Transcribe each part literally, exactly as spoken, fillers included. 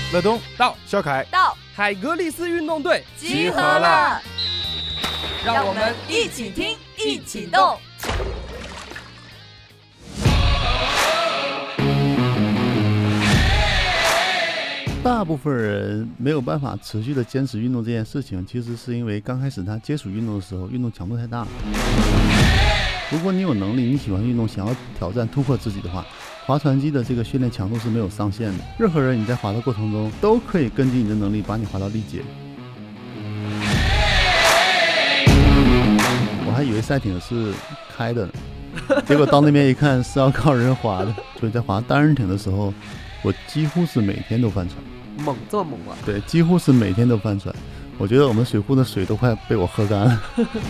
乐东到， 肖凯到， 海格力斯运动队集合了， 让我们一起听，一起动。 大部分人没有办法持续的坚持运动这件事情，其实是因为刚开始他接触运动的时候，运动强度太大。如果你有能力，你喜欢运动，想要挑战突破自己的话，划船机的这个训练强度是没有上限的。任何人你在划的过程中都可以根据你的能力把你划到力竭。我还以为赛艇是开的呢，结果到那边一看是要靠人划的。所以在划单人艇的时候，我几乎是每天都翻船。 猛，这么猛啊！ 对，几乎是每天都翻船。我觉得我们水库的水都快被我喝干了。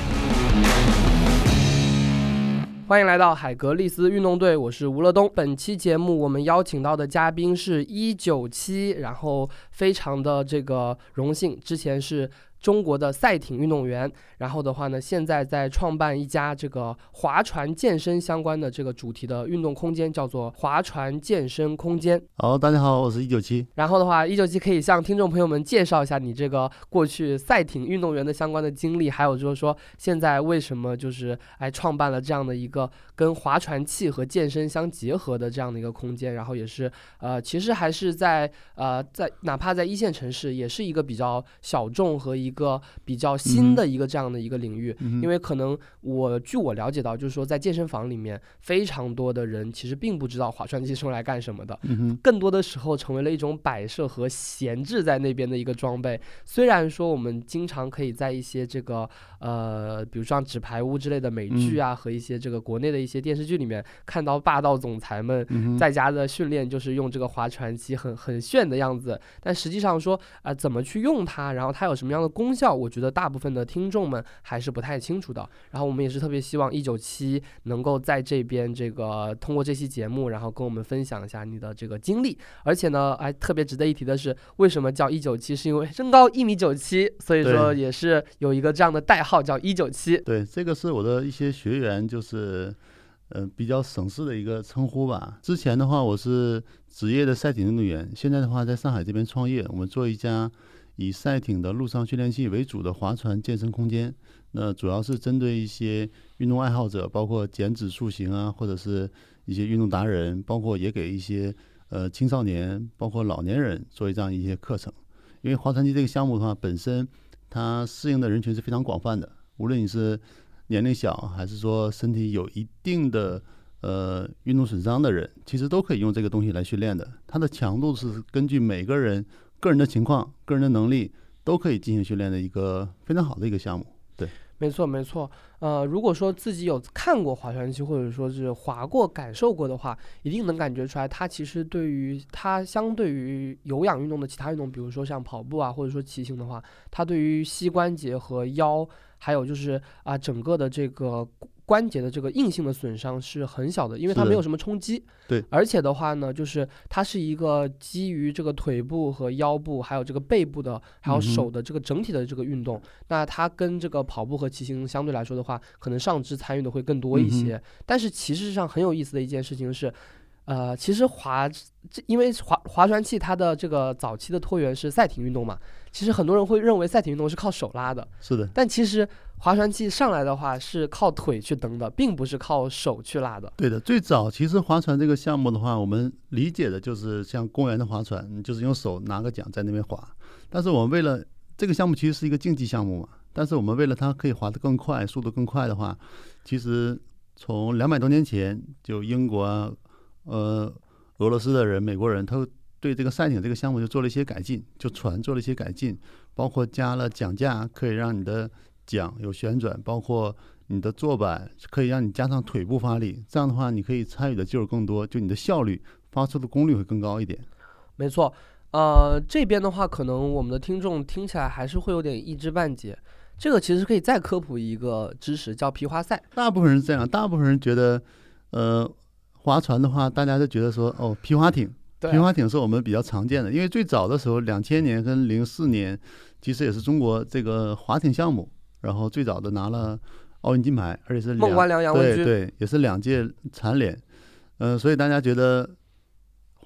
欢迎来到海格力斯运动队，我是吴乐东。本期节目我们邀请到的嘉宾是一九七，然后非常的这个荣幸，之前是中国的赛艇运动员，然后的话呢，现在在创办一家这个划船健身相关的这个主题的运动空间，叫做划船健身空间。 好，大家好，我是一九七。 然后的话，一九七可以向听众朋友们介绍一下你这个过去赛艇运动员的相关的经历，还有就是说现在为什么就是哎创办了这样的一个跟划船器和健身相结合的这样的一个空间，然后也是呃其实还是在呃在哪怕在一线城市也是一个比较小众和一个比较新的一个这样的一个领域， 嗯、 因为可能我据我了解到，就是说在健身房里面非常多的人其实并不知道划船机是用来干什么的， 嗯、 更多的时候成为了一种摆设和闲置在那边的一个装备。虽然说我们经常可以在一些这个呃比如像纸牌屋之类的美剧啊、嗯、和一些这个国内的一些电视剧里面看到霸道总裁们在家的训练就是用这个划船机很很炫的样子，但实际上说啊、呃、怎么去用它，然后它有什么样的功效，我觉得大部分的听众们还是不太清楚的。然后我们也是特别希望一九七能够在这边这个通过这期节目，然后跟我们分享一下你的这个经历。而且呢，还特别值得一提的是，为什么叫一九七，是因为身高一米九七，所以说也是有一个这样的代号叫一九七。 对，这个是我的一些学员就是呃比较省事的一个称呼吧。之前的话我是职业的赛艇运动员，现在的话在上海这边创业，我们做一家以赛艇的陆上训练器为主的划船健身空间。那主要是针对一些运动爱好者，包括减脂塑形啊，或者是一些运动达人，包括也给一些呃青少年包括老年人做这样一些课程。因为划船机这个项目的话，本身它适应的人群是非常广泛的，无论你是年龄小还是说身体有一定的呃运动损伤的人，其实都可以用这个东西来训练的。它的强度是根据每个人个人的情况、个人的能力都可以进行训练的一个非常好的一个项目。对， 没错没错。呃，如果说自己有看过划船机，或者说是划过、感受过的话，一定能感觉出来，它其实对于它相对于有氧运动的其他运动，比如说像跑步啊，或者说骑行的话，它对于膝关节和腰，还有就是啊、呃、整个的这个关节的这个硬性的损伤是很小的，因为它没有什么冲击。 对， 而且的话呢，就是它是一个基于这个腿部和腰部，还有这个背部的，还有手的这个整体的这个运动。嗯、那它跟这个跑步和骑行相对来说的话，可能上肢参与的会更多一些。嗯、但是其实上很有意思的一件事情是，呃，其实划，因为划划船器它的这个早期的拓源是赛艇运动嘛，其实很多人会认为赛艇运动是靠手拉的， 是的， 但其实划船器上来的话是靠腿去蹬的，并不是靠手去拉的。 对的，最早其实划船这个项目的话，我们理解的就是像公园的划船，就是用手拿个桨在那边划。但是我们为了这个项目其实是一个竞技项目嘛，但是我们为了它可以划得更快，速度更快的话，其实从两百多年前就英国啊、呃俄罗斯的人、美国人，他对这个赛艇这个项目就做了一些改进，就船做了一些改进，包括加了桨架，可以让你的桨有旋转，包括你的坐板可以让你加上腿部发力，这样的话你可以参与的劲儿更多，就你的效率发出的功率会更高一点。 没错，呃，这边的话可能我们的听众听起来还是会有点一知半解，这个其实可以再科普一个知识，叫皮划赛。 大部分人是这样，大部分人觉得呃划船的话，大家就觉得说哦皮划艇。 对， 皮划艇是我们比较常见的，因为最早的时候，两千年跟零四年，其实也是中国这个划艇项目，然后最早的拿了奥运金牌，而且是孟关良、杨文军， 对对，也是两届蝉联，嗯、呃，所以大家觉得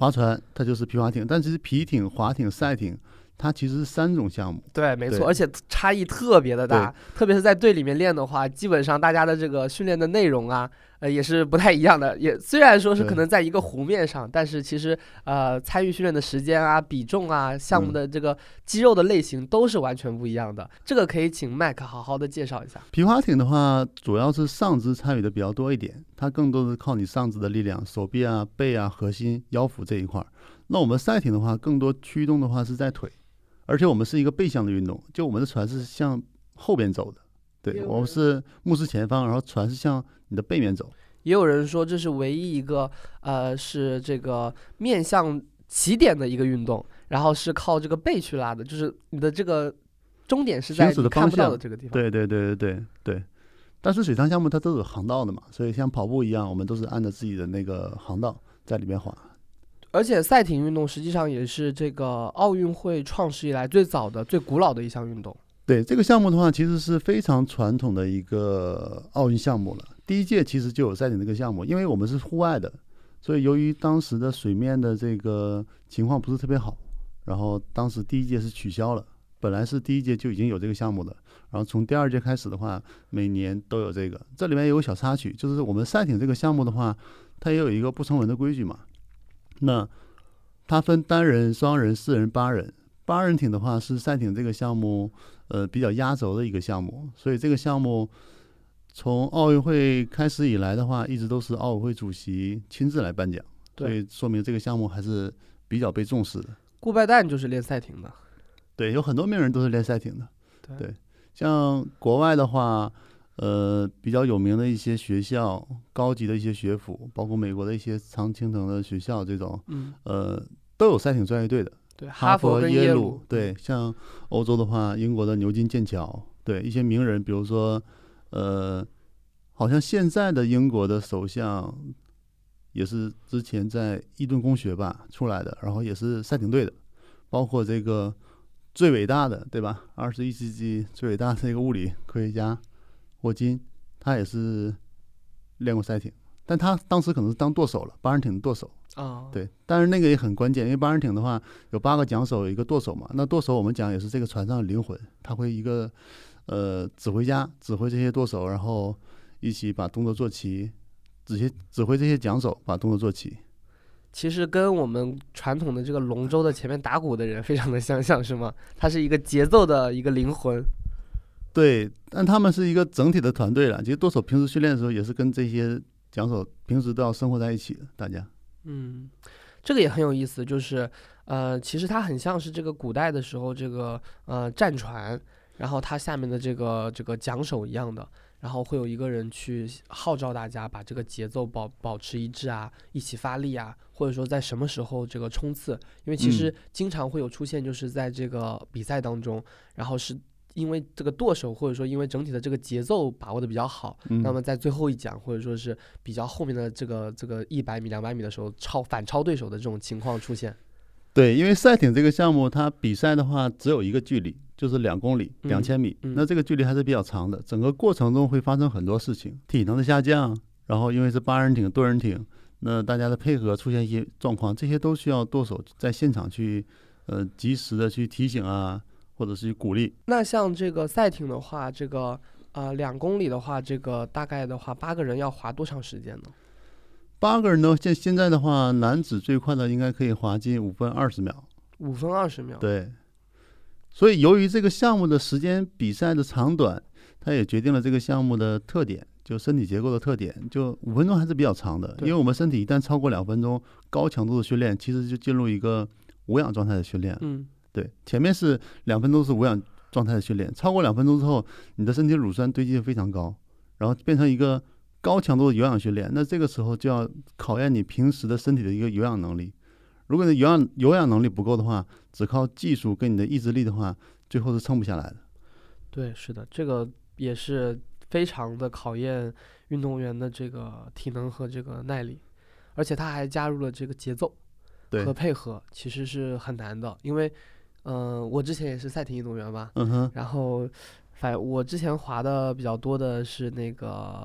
划船它就是皮划艇，但其实皮艇、划艇、赛艇它其实是三种项目。 对，没错， 对而且差异特别的大，特别是在队里面练的话，基本上大家的这个训练的内容啊，呃，也是不太一样的。也虽然说是可能在一个湖面上，但是其实呃，参与训练的时间啊、比重啊、项目的这个肌肉的类型都是完全不一样的。嗯、这个可以请麦克好好的介绍一下。 皮划艇的话，主要是上肢参与的比较多一点，它更多的是靠你上肢的力量，手臂啊、背啊、核心、腰腹这一块。那我们赛艇的话，更多驱动的话是在腿。而且我们是一个背向的运动，就我们的船是向后边走的，对，我们是目视前方，然后船是向你的背面走。 也有人说这是唯一一个呃是这个面向起点的一个运动，然后是靠这个背去拉的，就是你的这个终点是在你看不到的这个地方。 对对对对对对。但是水上项目它都有航道的嘛，所以像跑步一样，我们都是按照自己的那个航道在里面滑。 而且赛艇运动实际上也是这个奥运会创始以来最早的、最古老的一项运动。 对，这个项目的话，其实是非常传统的一个奥运项目了。第一届其实就有赛艇这个项目，因为我们是户外的，所以由于当时的水面的这个情况不是特别好，然后当时第一届是取消了。本来是第一届就已经有这个项目的，然后从第二届开始的话，每年都有这个。这里面有个小插曲，就是我们赛艇这个项目的话，它也有一个不成文的规矩嘛。那它分单人、双人、四人、八人。八人艇的话是赛艇这个项目呃比较压轴的一个项目，所以这个项目从奥运会开始以来的话，一直都是奥委会主席亲自来颁奖，所以说明这个项目还是比较被重视的。 顾拜旦就是练赛艇的， 对，有很多名人都是练赛艇的。 对， 对，像国外的话。呃，比较有名的一些学校，高级的一些学府，包括美国的一些常青藤的学校，这种， 嗯， 呃，都有赛艇专业队的。 对， 哈佛跟耶鲁， 对，像欧洲的话，英国的牛津、剑桥，对一些名人，比如说，呃，好像现在的英国的首相也是之前在伊顿公学吧出来的，然后也是赛艇队的，包括这个最伟大的，对吧？二十一世纪最伟大的这个物理科学家。霍金，他也是练过赛艇，但他当时可能是当舵手了，八人艇的舵手啊、哦。 对，但是那个也很关键，因为八人艇的话有八个桨手，有一个舵手嘛。那舵手我们讲也是这个船上的灵魂，他会一个呃指挥家，指挥这些舵手，然后一起把动作做齐，指挥指挥这些桨手把动作做齐。 其实跟我们传统的这个龙舟的前面打鼓的人非常的相像，是吗？他是一个节奏的一个灵魂。 对，但他们是一个整体的团队了。其实舵手平时训练的时候，也是跟这些桨手平时都要生活在一起的，大家。 嗯，这个也很有意思，就是呃，其实它很像是这个古代的时候这个呃战船，然后它下面的这个这个桨手一样的，然后会有一个人去号召大家把这个节奏保保持一致啊，一起发力啊，或者说在什么时候这个冲刺，因为其实经常会有出现，就是在这个比赛当中，然后是。因为这个舵手或者说因为整体的这个节奏把握的比较好、嗯、那么在最后一桨或者说是比较后面的这个这个一百米两百米的时候超反超对手的这种情况出现。 对，因为赛艇这个项目它比赛的话只有一个距离，就是两公里两千米、嗯嗯、那这个距离还是比较长的，整个过程中会发生很多事情，体能的下降，然后因为是八人艇多人艇，那大家的配合出现一些状况，这些都需要舵手在现场去呃及时的去提醒啊，或者是鼓励。 那像这个赛艇的话，这个呃两公里的话，这个大概的话八个人要划多长时间呢？ 八个人呢，现现在的话，男子最快的应该可以划进五分二十秒。 五分二十秒。 对。所以由于这个项目的时间比赛的长短，它也决定了这个项目的特点，就身体结构的特点。就五分钟还是比较长的，因为我们身体一旦超过两分钟，高强度的训练，其实就进入一个无氧状态的训练。 嗯。 对，前面是两分钟是无氧状态的训练，超过两分钟之后，你的身体乳酸堆积的非常高，然后变成一个高强度的有氧训练。那这个时候就要考验你平时的身体的一个有氧能力。如果你有氧有氧能力不够的话，只靠技术跟你的意志力的话，最后是撑不下来的。 对，是的，这个也是非常的考验运动员的这个体能和这个耐力，而且他还加入了这个节奏和配合，其实是很难的，因为。嗯、呃，我之前也是赛艇运动员嘛， 嗯哼， 然后反我之前滑的比较多的是那个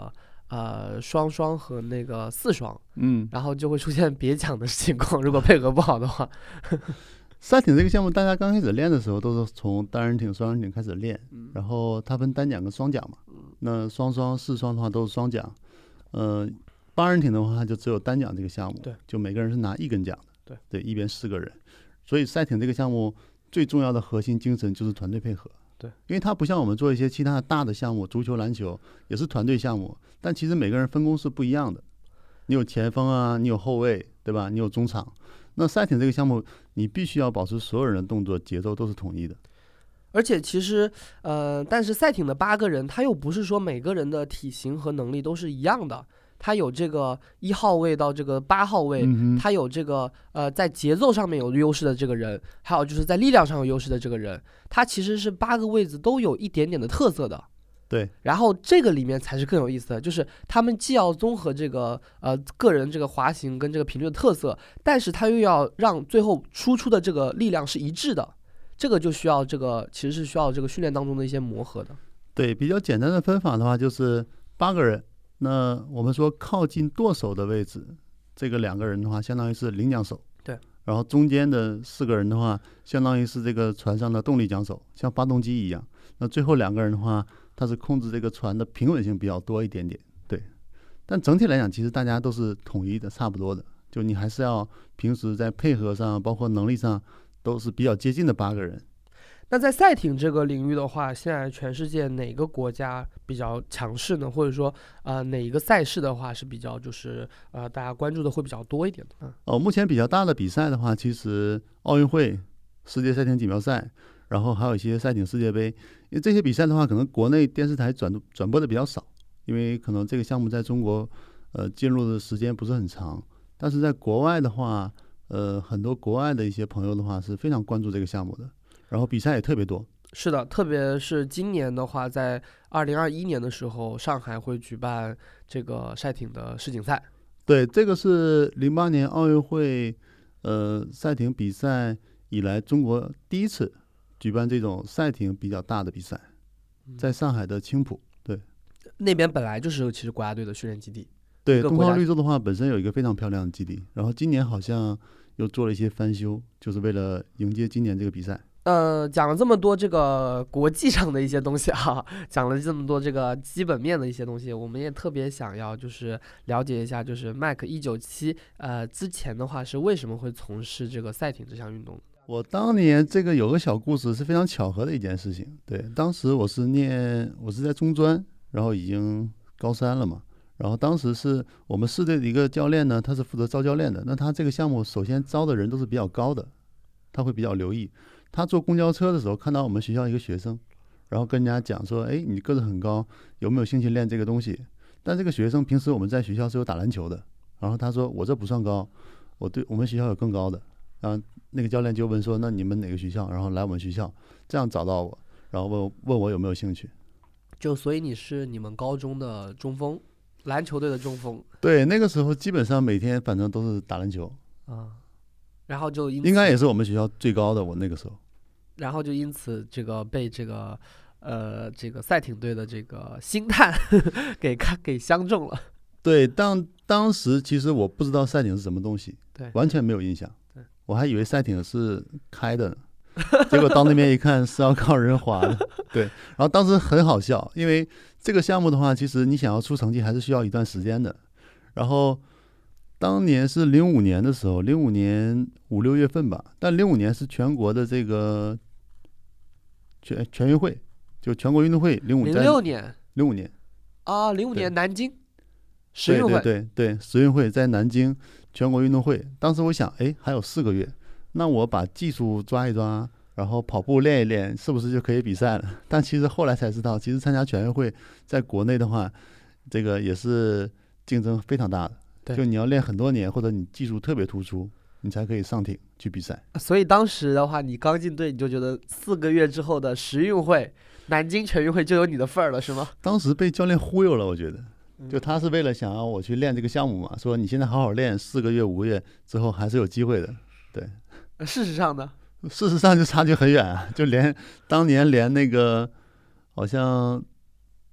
呃双双和那个四双， 嗯， 然后就会出现别桨的情况，如果配合不好的话。 赛艇这个项目，大家刚开始练的时候都是从单人艇、双人艇开始练， 嗯然后它分单桨跟双桨嘛。那双双、四双的话都是双桨，呃，八人艇的话就只有单桨这个项目， 对， 就每个人是拿一根桨的， 对， 对，一边四个人。所以赛艇这个项目最重要的核心精神就是团队配合， 对， 因为它不像我们做一些其他的大的项目，足球、篮球也是团队项目，但其实每个人分工是不一样的。你有前锋啊，你有后卫，对吧？你有中场。那赛艇这个项目，你必须要保持所有人的动作节奏都是统一的。 而且其实，呃，但是赛艇的八个人，他又不是说每个人的体型和能力都是一样的。他有这个一号位到这个八号位， 嗯、 他有这个呃在节奏上面有优势的这个人，还有就是在力量上有优势的这个人，他其实是八个位置都有一点点的特色的。 对， 然后这个里面才是更有意思的，就是他们既要综合这个呃个人这个滑行跟这个频率的特色，但是他又要让最后输出的这个力量是一致的，这个就需要这个其实是需要这个训练当中的一些磨合的。 对，比较简单的分法的话就是八个人，那我们说靠近舵手的位置，这个两个人的话相当于是领桨手， 对， 然后中间的四个人的话相当于是这个船上的动力桨手，像发动机一样。那最后两个人的话，它是控制这个船的平稳性比较多一点点，对。但整体来讲，其实大家都是统一的，差不多的。就你还是要平时在配合上，包括能力上，都是比较接近的八个人。 那在赛艇这个领域的话，现在全世界哪个国家比较强势呢？或者说，呃，哪一个赛事的话是比较就是呃大家关注的会比较多一点的？嗯， 哦，目前比较大的比赛的话，其实奥运会、世界赛艇锦标赛。然后还有一些赛艇世界杯，因为这些比赛的话，可能国内电视台转转播的比较少，因为可能这个项目在中国，呃，进入的时间不是很长。但是在国外的话，呃，很多国外的一些朋友的话是非常关注这个项目的，然后比赛也特别多。 是的，特别是今年的话，在二零二一年的时候，上海会举办这个赛艇的世锦赛。 对，这个是零八年奥运会，呃，赛艇比赛以来中国第一次举办这种赛艇比较大的比赛，在上海的青浦，对， 那边本来就是其实国家队的训练基地。 对，东方绿洲的话本身有一个非常漂亮的基地，然后今年好像又做了一些翻修，就是为了迎接今年这个比赛。 呃，讲了这么多这个国际上的一些东西啊，讲了这么多这个基本面的一些东西，我们也特别想要就是了解一下，就是 Mike 一九七呃之前的话是为什么会从事这个赛艇这项运动？ 我当年这个有个小故事，是非常巧合的一件事情。对，当时我是念我是在中专，然后已经高三了嘛。然后当时是我们市队的一个教练呢，他是负责招教练的。那他这个项目首先招的人都是比较高的，他会比较留意。他坐公交车的时候看到我们学校一个学生，然后跟人家讲说：“哎，你个子很高，有没有兴趣练这个东西？”但这个学生平时我们在学校是有打篮球的，然后他说：“我这不算高，我对我们学校有更高的。”然后那个教练就问说：“那你们哪个学校？”然后来我们学校，这样找到我，然后问问我有没有兴趣。 就所以你是你们高中的中锋，篮球队的中锋。 对，那个时候基本上每天反正都是打篮球啊，然后就因应该也是我们学校最高的，我那个时候。 然后就因此这个被这个呃这个赛艇队的这个星探给看给相中了。 对，当当时其实我不知道赛艇是什么东西， 对， 完全没有印象。 对， 我还以为赛艇是开的呢，结果到那边一看是要靠人滑的。对，然后当时很好笑，因为这个项目的话，其实你想要出成绩还是需要一段时间的。然后当年是零五年的时候，零五年五六月份吧，但零五年是全国的这个全全运会，就全国运动会。零五零六年， 零五年啊，零五年南京时运会， 对对对对，时运会在南京全国运动会。当时我想，哎，还有四个月，那我把技术抓一抓，然后跑步练一练，是不是就可以比赛了？但其实后来才知道，其实参加全运会在国内的话，这个也是竞争非常大的。就你要练很多年，或者你技术特别突出，你才可以上艇去比赛。 所以当时的话，你刚进队，你就觉得四个月之后的时运会、南京全运会就有你的份儿了，是吗？ 当时被教练忽悠了，我觉得，就他是为了想要我去练这个项目嘛，说你现在好好练，四个月、五个月之后还是有机会的。对， 事实上呢？ 事实上就差距很远啊，就连当年连那个好像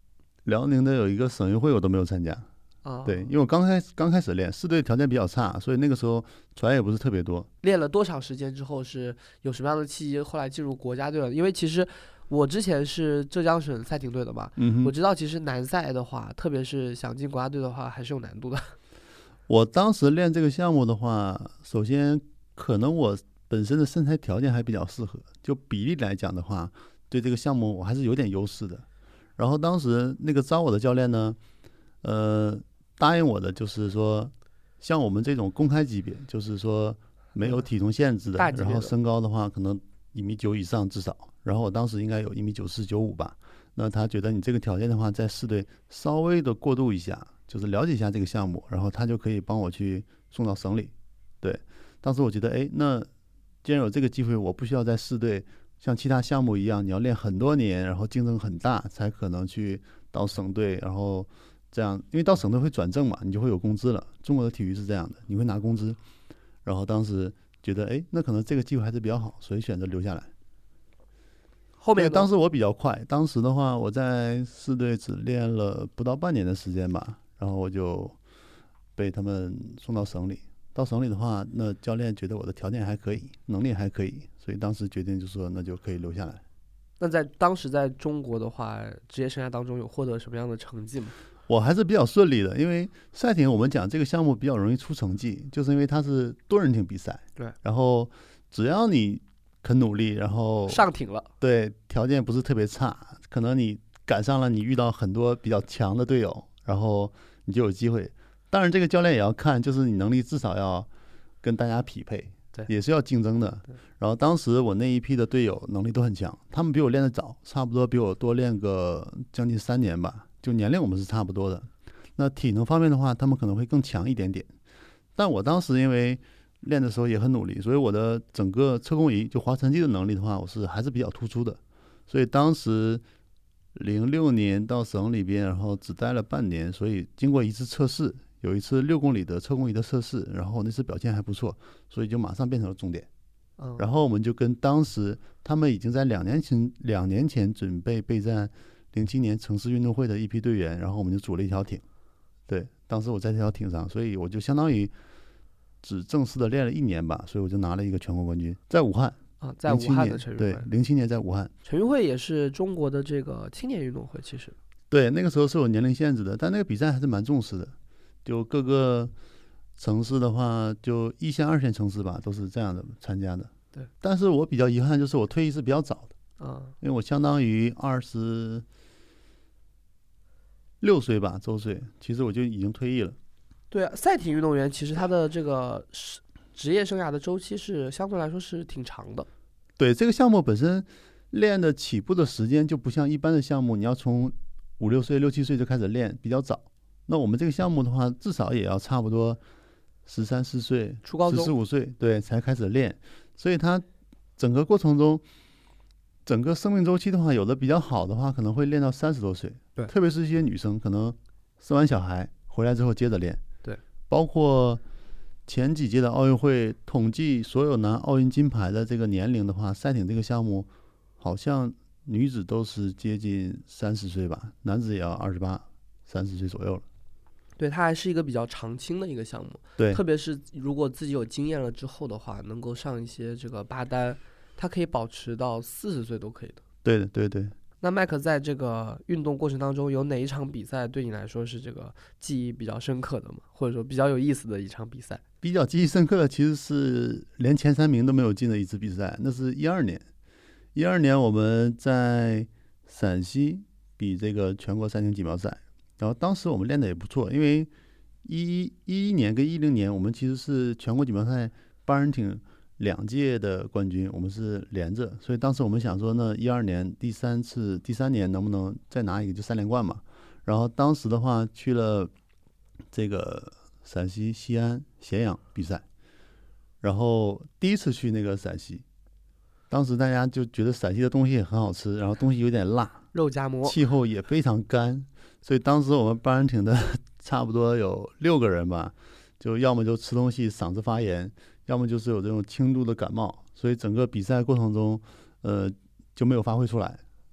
辽宁的有一个省运会我都没有参加。 啊， 对，因为我刚开始刚开始练，四队条件比较差，所以那个时候船也不是特别多。 练了多长时间之后是有什么样的契机，后来进入国家队了？因为其实我之前是浙江省赛艇队的嘛， 嗯哼， 我知道其实男赛的话，特别是想进国家队的话，还是有难度的。 我当时练这个项目的话，首先可能我本身的身材条件还比较适合，就比例来讲的话，对这个项目我还是有点优势的。然后当时那个招我的教练呢，呃，答应我的就是说，像我们这种公开级别，就是说没有体重限制的， 大级别的然后身高的话可能一米九以上至少。然后我当时应该有一米九四九五吧。那他觉得你这个条件的话，在四队稍微的过渡一下，就是了解一下这个项目，然后他就可以帮我去送到省里。对，当时我觉得，哎，那既然有这个机会，我不需要在四队像其他项目一样，你要练很多年，然后竞争很大，才可能去到省队，然后这样，因为到省队会转正嘛，你就会有工资了。中国的体育是这样的，你会拿工资。然后当时觉得，哎，那可能这个机会还是比较好，所以选择留下来。 后面对，当时我比较快，当时的话我在四队只练了不到半年的时间吧，然后我就被他们送到省里。到省里的话，那教练觉得我的条件还可以，能力还可以，所以当时决定就说那就可以留下来。 那在当时在中国的话，职业生涯当中有获得什么样的成绩吗？ 我还是比较顺利的，因为赛艇我们讲这个项目比较容易出成绩，就是因为它是多人艇比赛。 对， 然后只要你肯努力，然后上艇了， 对，条件不是特别差，可能你赶上了，你遇到很多比较强的队友，然后你就有机会。当然，这个教练也要看，就是你能力至少要跟大家匹配， 对， 也是要竞争的。然后当时我那一批的队友能力都很强，他们比我练得早，差不多比我多练个将近三年吧，就年龄我们是差不多的。那体能方面的话，他们可能会更强一点点。但我当时因为练的时候也很努力，所以我的整个测控仪就划沉积的能力的话，我是还是比较突出的。所以当时零六年到省里边，然后只待了半年，所以经过一次测试，有一次六公里的测控仪的测试，然后那次表现还不错，所以就马上变成了重点。 嗯， 然后我们就跟当时他们已经在两年前两年前准备备战零七年城市运动会的一批队员，然后我们就组了一条艇。对，当时我在这条艇上，所以我就相当于只正式的练了一年吧，所以我就拿了一个全国冠军，在武汉啊，在武汉的全运会。 对，零七年在武汉。 全运会也是中国的这个青年运动会，其实。 对，那个时候是有年龄限制的，但那个比赛还是蛮重视的。就各个城市的话，就一线、二线城市吧，都是这样的参加的。 对。 但是我比较遗憾，就是我退役是比较早的。 啊。 因为我相当于二十六岁吧，周岁，其实我就已经退役了。 对啊，赛艇运动员其实他的这个职业生涯的周期是相对来说是挺长的。 对，这个项目本身练的起步的时间就不像一般的项目，你要从五六岁、六七岁就开始练，比较早。那我们这个项目的话，至少也要差不多十三四岁、 初高中、 十四五岁，对，才开始练。所以它整个过程中，整个生命周期的话，有的比较好的话，可能会练到三十多岁。 对， 特别是一些女生，可能生完小孩回来之后接着练。 对， 包括前几届的奥运会统计所有拿奥运金牌的这个年龄的话，赛艇这个项目好像女子都是接近三十岁吧，男子也要二十八、三十岁左右了。 对，它还是一个比较长青的一个项目。 对， 特别是如果自己有经验了之后的话，能够上一些这个八单，它可以保持到四十岁都可以的。 对的，对对。 那麦克在这个运动过程当中，有哪一场比赛对你来说是这个记忆比较深刻的吗？或者说比较有意思的一场比赛？ 比较记忆深刻的其实是连前三名都没有进的一次比赛，那是一二年。一二年我们在陕西比这个全国赛艇锦标赛，然后当时我们练的也不错，因为一一年跟一零年我们其实是全国锦标赛八人艇两届的冠军，我们是连着，所以当时我们想说呢，一二年第三次第三年能不能再拿一个就三连冠嘛？然后当时的话去了这个陕西西安咸阳比赛，然后第一次去那个陕西，当时大家就觉得陕西的东西也很好吃，然后东西有点辣， 肉夹馍， 气候也非常干，所以当时我们八人艇的差不多有六个人吧，就要么就吃东西嗓子发炎，要么就是有这种轻度的感冒，所以整个比赛过程中，呃，就没有发挥出来。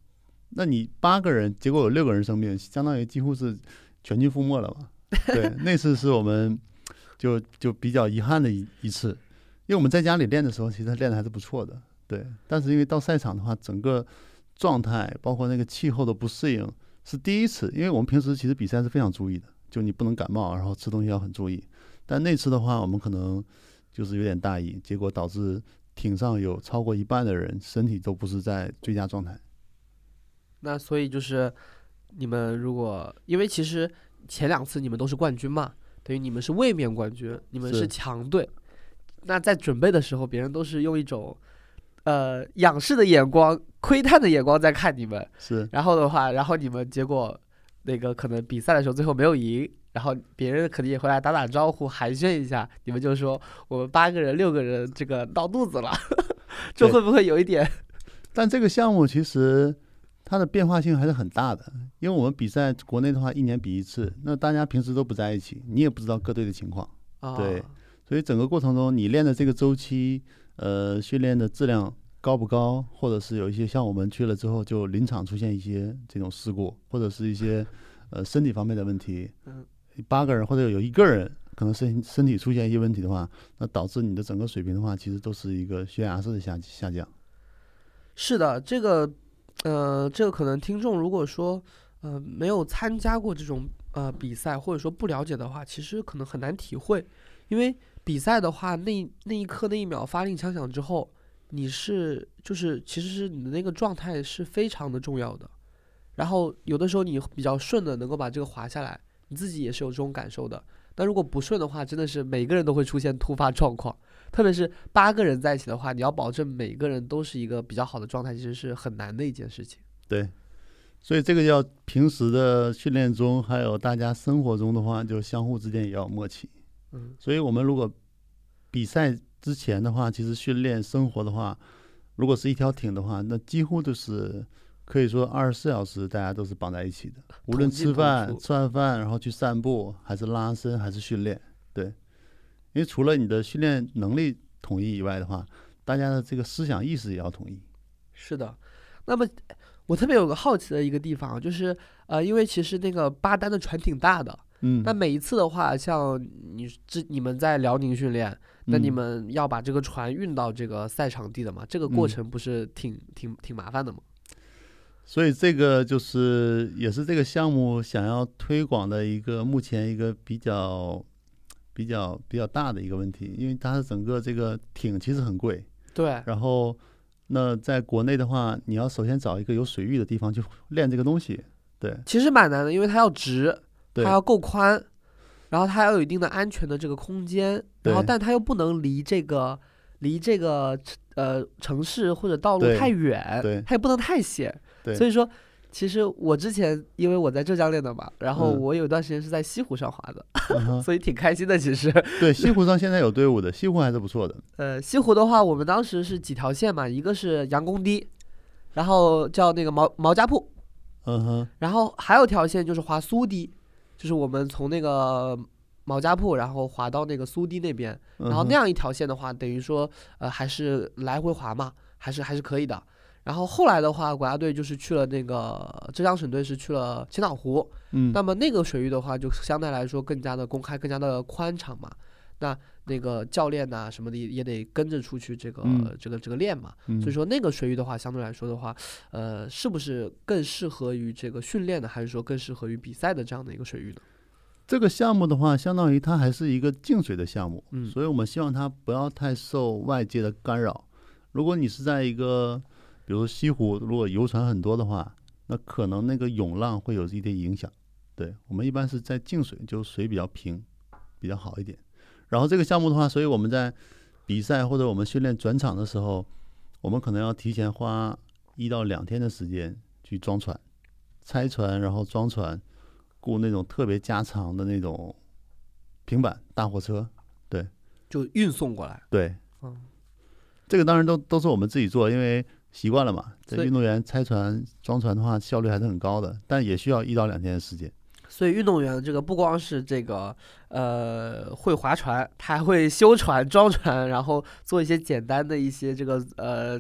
那你八个人，结果有六个人生病，相当于几乎是全军覆没了嘛。对，那次是我们就就比较遗憾的一一次，因为我们在家里练的时候，其实练的还是不错的。对，但是因为到赛场的话，整个状态包括那个气候的不适应是第一次，因为我们平时其实比赛是非常注意的，就你不能感冒，然后吃东西要很注意。但那次的话，我们可能就是有点大意，结果导致艇上有超过一半的人身体都不是在最佳状态。 那所以就是你们如果因为其实前两次你们都是冠军嘛，等于你们是卫冕冠军，你们是强队。那在准备的时候，别人都是用一种呃仰视的眼光、窥探的眼光在看你们。 是。 然后的话，然后你们结果那个可能比赛的时候最后没有赢，然后别人可能也会来打打招呼、寒暄一下，你们就说我们八个人、六个人这个闹肚子了，这会不会有一点？ 但这个项目其实它的变化性还是很大的，因为我们比赛国内的话一年比一次，那大家平时都不在一起，你也不知道各队的情况。 哦、 对，所以整个过程中你练的这个周期，呃，训练的质量高不高，或者是有一些像我们去了之后就临场出现一些这种事故，或者是一些呃身体方面的问题。 嗯， 八个人或者有一个人可能身身体出现一些问题的话，那导致你的整个水平的话，其实都是一个悬崖式的下下降。 是的，这个呃，这个可能听众如果说呃没有参加过这种呃比赛，或者说不了解的话，其实可能很难体会，因为比赛的话，那那一刻那一秒发令枪响之后，你是就是其实是你的那个状态是非常的重要的。然后有的时候你比较顺的能够把这个滑下来，你自己也是有这种感受的。但如果不顺的话，真的是每个人都会出现突发状况，特别是八个人在一起的话，你要保证每个人都是一个比较好的状态，其实是很难的一件事情。 对，所以这个要平时的训练中，还有大家生活中的话，就相互之间也要默契。 嗯， 所以我们如果比赛之前的话，其实训练生活的话，如果是一条艇的话，那几乎就是可以说二十四小时大家都是绑在一起的，无论吃饭、吃完饭然后去散步，还是拉伸，还是训练。对，因为除了你的训练能力统一以外的话，大家的这个思想意识也要统一。 是的，那么我特别有个好奇的一个地方，就是呃，因为其实那个巴丹的船挺大的， 嗯， 那每一次的话，像你这你们在辽宁训练，那你们要把这个船运到这个赛场地的嘛？这个过程不是挺、嗯、挺挺麻烦的吗？ 所以这个就是也是这个项目想要推广的一个目前一个比较比较比较大的一个问题，因为它整个这个艇其实很贵， 对， 然后那在国内的话，你要首先找一个有水域的地方去练这个东西，对， 其实蛮难的，因为它要直， 它要够宽，然后它要有一定的安全的这个空间，然后但它又不能离这个离这个呃城市或者道路太远， 对， 它也不能太险。所以说其实我之前因为我在浙江练的嘛，然后我有一段时间是在西湖上滑的、嗯、所以挺开心的其实。 对，西湖上现在有队伍的，西湖还是不错的。 呃，西湖的话我们当时是几条线嘛，一个是杨公堤，然后叫那个毛毛家铺， 嗯哼， 然后还有条线就是滑苏堤，就是我们从那个毛家铺然后滑到那个苏堤那边，然后那样一条线的话等于说呃还是来回滑嘛，还是还是可以的。然后后来的话，国家队就是去了那个浙江省队是去了千岛湖， 嗯， 那么那个水域的话，就相对来说更加的公开，更加的宽敞嘛。那那个教练呐、啊、什么的也得跟着出去这个、嗯、这个这个练嘛、 嗯。 所以说那个水域的话，相对来说的话，呃，是不是更适合于这个训练的，还是说更适合于比赛的这样的一个水域呢？ 这个项目的话，相当于它还是一个静水的项目， 嗯， 所以我们希望它不要太受外界的干扰。如果你是在一个比如西湖，如果游船很多的话，那可能那个涌浪会有一点影响。对，我们一般是在静水，就水比较平，比较好一点。然后这个项目的话，所以我们在比赛或者我们训练转场的时候，我们可能要提前花一到两天的时间去装船、拆船，然后装船，雇那种特别加长的那种平板大货车，对， 就运送过来。 对， 嗯， 这个当然都都是我们自己做，因为习惯了嘛。这运动员拆船装船的话，效率还是很高的，但也需要一到两天的时间。 所以运动员这个不光是这个呃会划船，他还会修船、装船，然后做一些简单的一些这个呃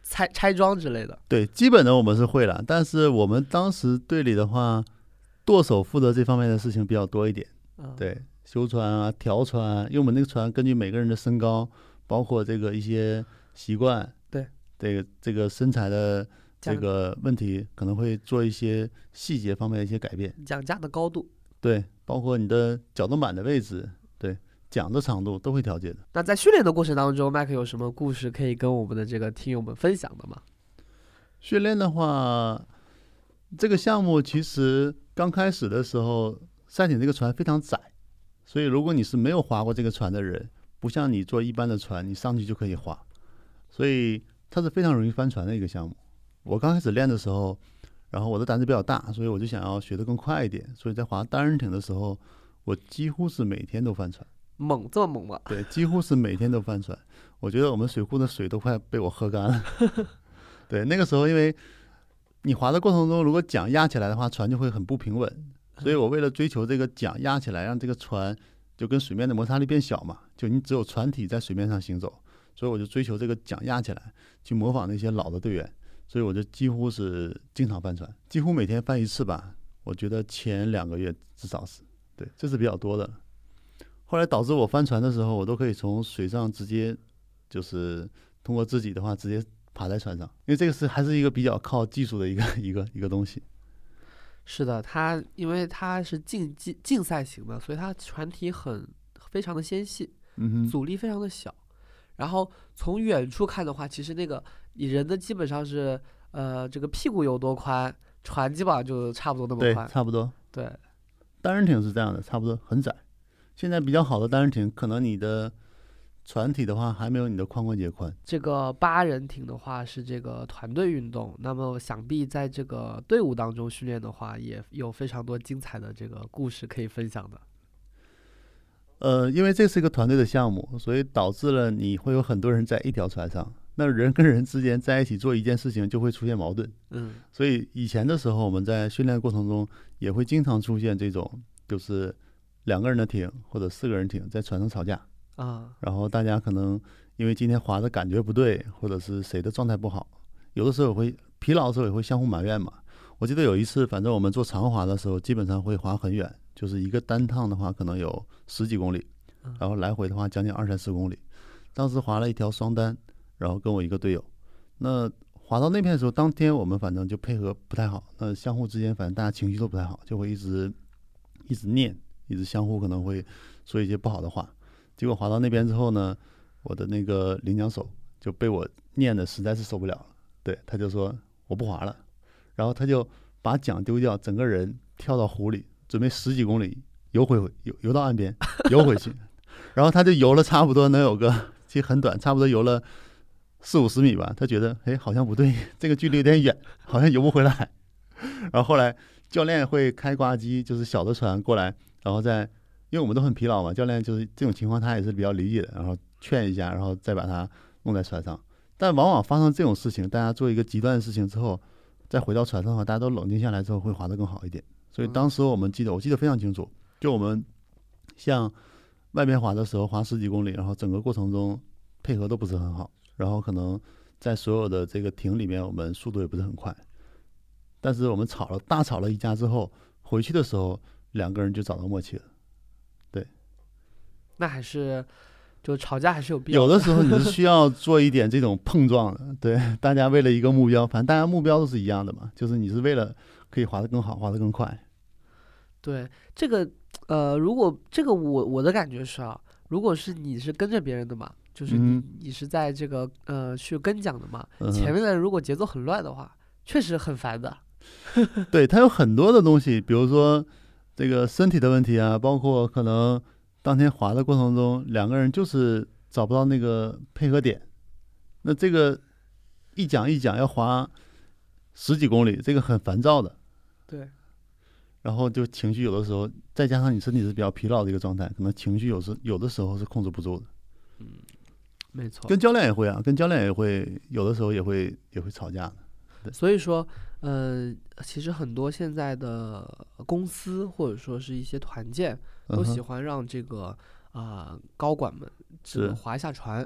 拆拆装之类的。 对，基本的我们是会了，但是我们当时队里的话，舵手负责这方面的事情比较多一点。 嗯、 对，修船啊、调船啊，因为我们那个船根据每个人的身高，包括这个一些习惯， 对， 这个这个身材的这个问题，可能会做一些细节方面的一些改变。 桨架的高度， 对，包括你的脚动板的位置，对，桨的长度都会调节的。 那在训练的过程当中，麦克有什么故事可以跟我们的这个听友们分享的吗？ 训练的话，这个项目其实刚开始的时候，赛艇这个船非常窄，所以如果你是没有划过这个船的人，不像你坐一般的船，你上去就可以划，所以它是非常容易翻船的一个项目。我刚开始练的时候，然后我的胆子比较大，所以我就想要学得更快一点，所以在划单人艇的时候，我几乎是每天都翻船。 猛，这么猛吗？ 对，几乎是每天都翻船。我觉得我们水库的水都快被我喝干了。对，那个时候因为你划的过程中，如果桨压起来的话，船就会很不平稳，所以我为了追求这个桨压起来，让这个船就跟水面的摩擦力变小嘛，就你只有船体在水面上行走，所以我就追求这个桨压起来，去模仿那些老的队员，所以我就几乎是经常翻船，几乎每天翻一次吧。我觉得前两个月至少是，对，这是比较多的。后来导致我翻船的时候，我都可以从水上直接就是通过自己的话直接爬在船上，因为这个是还是一个比较靠技术的一个一个一个东西。 是的，它因为它是竞技竞赛型的，所以它船体很非常的纤细， 嗯哼， 阻力非常的小。然后从远处看的话，其实那个你人的基本上是呃这个屁股有多宽，船基本上就差不多那么宽。 对，差不多。 对， 单人艇是这样的，差不多很窄。现在比较好的单人艇，可能你的船体的话还没有你的髋关节宽。 这个八人艇的话是这个团队运动，那么想必在这个队伍当中训练的话，也有非常多精彩的这个故事可以分享的。 呃，因为这是一个团队的项目，所以导致了你会有很多人在一条船上，那人跟人之间在一起做一件事情就会出现矛盾。 嗯， 所以以前的时候我们在训练过程中也会经常出现这种，就是两个人的艇或者四个人艇在船上吵架啊， 然后大家可能因为今天划的感觉不对，或者是谁的状态不好，有的时候也会疲劳的时候也会相互埋怨嘛。我记得有一次，反正我们做长划的时候，基本上会划很远，就是一个单趟的话可能有十几公里，然后来回的话将近二三十公里。当时划了一条双单，然后跟我一个队友，那划到那片的时候，当天我们反正就配合不太好，那相互之间反正大家情绪都不太好，就会一直一直念，一直相互可能会说一些不好的话。结果划到那边之后呢，我的那个领奖手就被我念的实在是受不了了，对，他就说我不划了，然后他就把桨丢掉，整个人跳到湖里，准备十几公里游回游游到岸边游回去，然后他就游了差不多能有个，其实很短，差不多游了四五十米吧，他觉得哎好像不对，这个距离有点远，好像游不回来。然后后来教练会开挂机，就是小的船过来，然后再因为我们都很疲劳嘛，教练就是这种情况他也是比较理解的，然后劝一下，然后再把它弄在船上。但往往发生这种事情，大家做一个极端的事情之后，再回到船上的话，大家都冷静下来之后会划得更好一点。所以当时我们记得，我记得非常清楚，就我们像外边划的时候划十几公里，然后整个过程中配合都不是很好，然后可能在所有的这个艇里面，我们速度也不是很快。但是我们吵了大吵了一架之后，回去的时候两个人就找到默契了。对， 那还是就吵架还是有必要的。有的时候你是需要做一点这种碰撞的，对，大家为了一个目标，反正大家目标都是一样的嘛，就是你是为了可以划得更好，划得更快。 对，这个呃，如果这个我我的感觉是啊，如果是你是跟着别人的嘛，就是你、 嗯、 你是在这个呃去跟讲的嘛， 嗯、 前面的人如果节奏很乱的话，确实很烦的。 对，它有很多的东西，比如说这个身体的问题啊，包括可能当天划的过程中，两个人就是找不到那个配合点，那这个一讲一讲要划十几公里，这个很烦躁的。 对。 然后就情绪有的时候，再加上你身体是比较疲劳的一个状态，可能情绪有时有的时候是控制不住的。 嗯，没错。 跟教练也会啊，跟教练也会有的时候也会也会吵架的。对， 所以说，呃，其实很多现在的公司或者说是一些团建，都喜欢让这个啊、呃、高管们这个划一下船，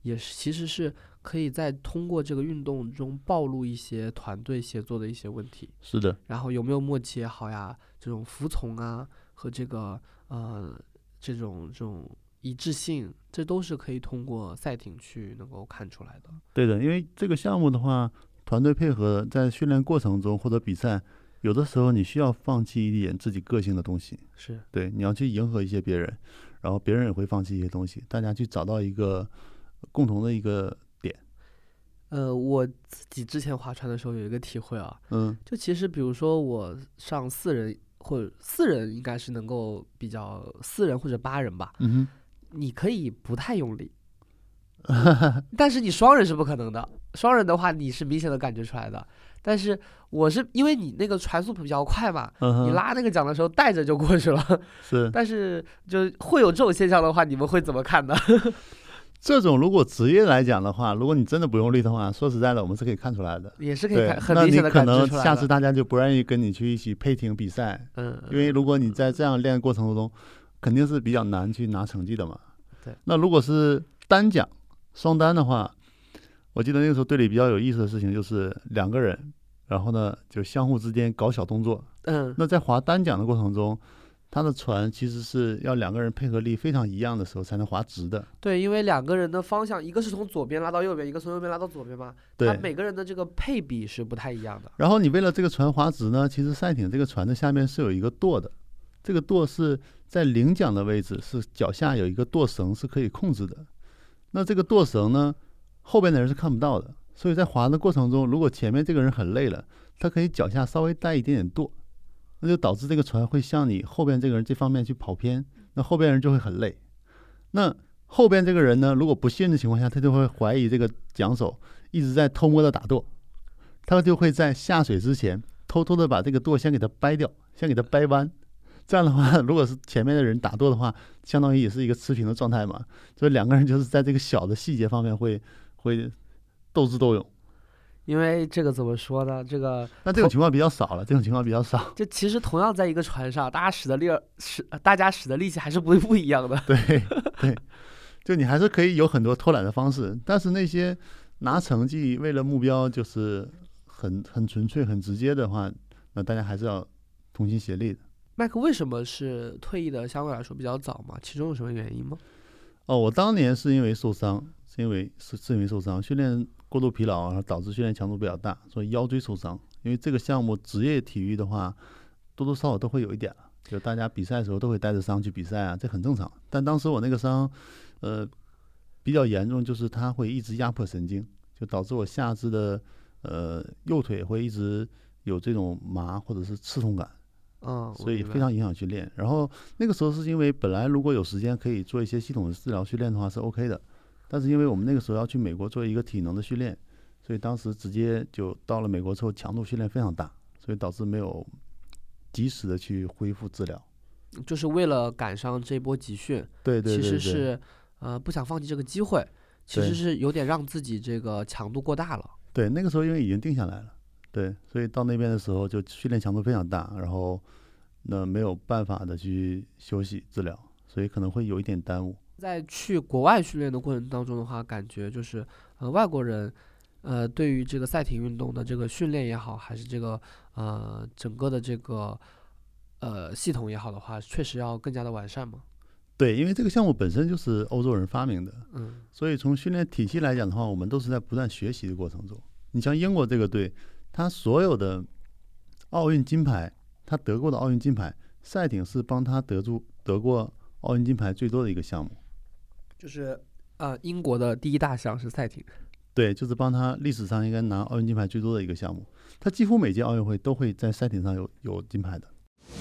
也是其实是可以在通过这个运动中暴露一些团队协作的一些问题。 是的， 然后有没有默契也好呀，这种服从啊和这个呃这种这种一致性，这都是可以通过赛艇去能够看出来的。 对的，因为这个项目的话，团队配合在训练过程中或者比赛，有的时候你需要放弃一点自己个性的东西， 是对，你要去迎合一些别人，然后别人也会放弃一些东西，大家去找到一个共同的一个点。 呃，我自己之前划船的时候有一个体会啊， 嗯就其实比如说我上四人或者四人应该是能够比较四人或者八人吧， 嗯你可以不太用力，但是你双人是不可能的。双人的话，你是明显的感觉出来的。但是我是因为你那个船速比较快嘛， 嗯， 你拉那个桨的时候带着就过去了。 是， 但是就会有这种现象的话，你们会怎么看呢？ 这种如果职业来讲的话，如果你真的不用力的话，说实在的，我们是可以看出来的， 也是可以对看，很明显的那你可能感觉出来的。 下次大家就不愿意跟你去一起配艇比赛， 嗯， 因为如果你在这样练过程中，肯定是比较难去拿成绩的嘛。 对， 那如果是单桨双单的话，我记得那个时候队里比较有意思的事情就是两个人，然后呢就相互之间搞小动作。 嗯， 那在划单桨的过程中，他的船其实是要两个人配合力非常一样的时候才能划直的。 对，因为两个人的方向，一个是从左边拉到右边，一个从右边拉到左边嘛， 对它每个人的这个配比是不太一样的。 然后你为了这个船划直呢，其实赛艇这个船的下面是有一个舵的，这个舵是在领桨的位置，是脚下有一个舵绳是可以控制的。那这个舵绳呢，后边的人是看不到的，所以在划的过程中，如果前面这个人很累了，他可以脚下稍微带一点点舵，那就导致这个船会向你后边这个人这方面去跑偏，那后边人就会很累。那后边这个人呢，如果不信任的情况下，他就会怀疑这个桨手一直在偷摸的打舵，他就会在下水之前偷偷的把这个舵先给他掰掉，先给他掰弯。这样的话，如果是前面的人打舵的话，相当于也是一个持平的状态嘛。所以两个人就是在这个小的细节方面会会斗智斗勇。 因为这个怎么说呢？这个那这种情况比较少了，这种情况比较少。 就其实同样在一个船上，大家使的力使大家使的力气还是不不一样的。 对对，就你还是可以有很多偷懒的方式，但是那些拿成绩为了目标就是很很纯粹、很直接的话，那大家还是要同心协力的。 麦克为什么是退役的相对来说比较早嘛？其中有什么原因吗？ 哦，我当年是因为受伤，是因为是是因为受伤，训练过度疲劳，然后导致训练强度比较大，所以腰椎受伤。因为这个项目职业体育的话，多多少少都会有一点了，就大家比赛的时候都会带着伤去比赛啊，这很正常。但当时我那个伤，呃，比较严重，就是它会一直压迫神经，就导致我下肢的呃右腿会一直有这种麻或者是刺痛感。 嗯， 所以非常影响训练。然后那个时候是因为本来如果有时间可以做一些系统的治疗训练的话是 OK 的，但是因为我们那个时候要去美国做一个体能的训练，所以当时直接就到了美国之后强度训练非常大，所以导致没有及时的去恢复治疗。 就是为了赶上这波集训， 对对对对， 其实是呃不想放弃这个机会，其实是有点让自己这个强度过大了。 对，那个时候因为已经定下来了。对，所以到那边的时候就训练强度非常大，然后那没有办法的去休息治疗，所以可能会有一点耽误。 在去国外训练的过程当中的话，感觉就是呃外国人呃对于这个赛艇运动的这个训练也好，还是这个呃整个的这个呃系统也好的话，确实要更加的完善嘛。 对，因为这个项目本身就是欧洲人发明的， 嗯， 所以从训练体系来讲的话，我们都是在不断学习的过程中。你像英国这个队，他所有的奥运金牌，他得过的奥运金牌，赛艇是帮他得住得过奥运金牌最多的一个项目。 就是呃英国的第一大项是赛艇。 对，就是帮他历史上应该拿奥运金牌最多的一个项目。他几乎每届奥运会都会在赛艇上有有金牌的。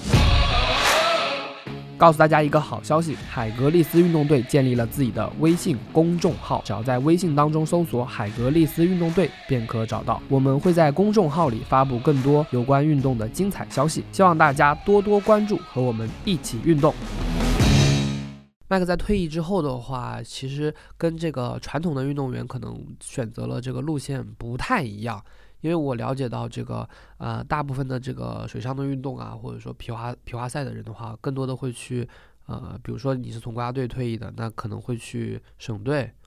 告诉大家一个好消息，海格力斯运动队建立了自己的微信公众号，只要在微信当中搜索海格力斯运动队便可找到。我们会在公众号里发布更多有关运动的精彩消息，希望大家多多关注，和我们一起运动。麦克在退役之后的话，其实跟这个传统的运动员可能选择了这个路线不太一样。因为我了解到这个呃大部分的这个水上的运动啊，或者说皮划皮划赛的人的话，更多的会去呃比如说你是从国家队退役的，那可能会去省队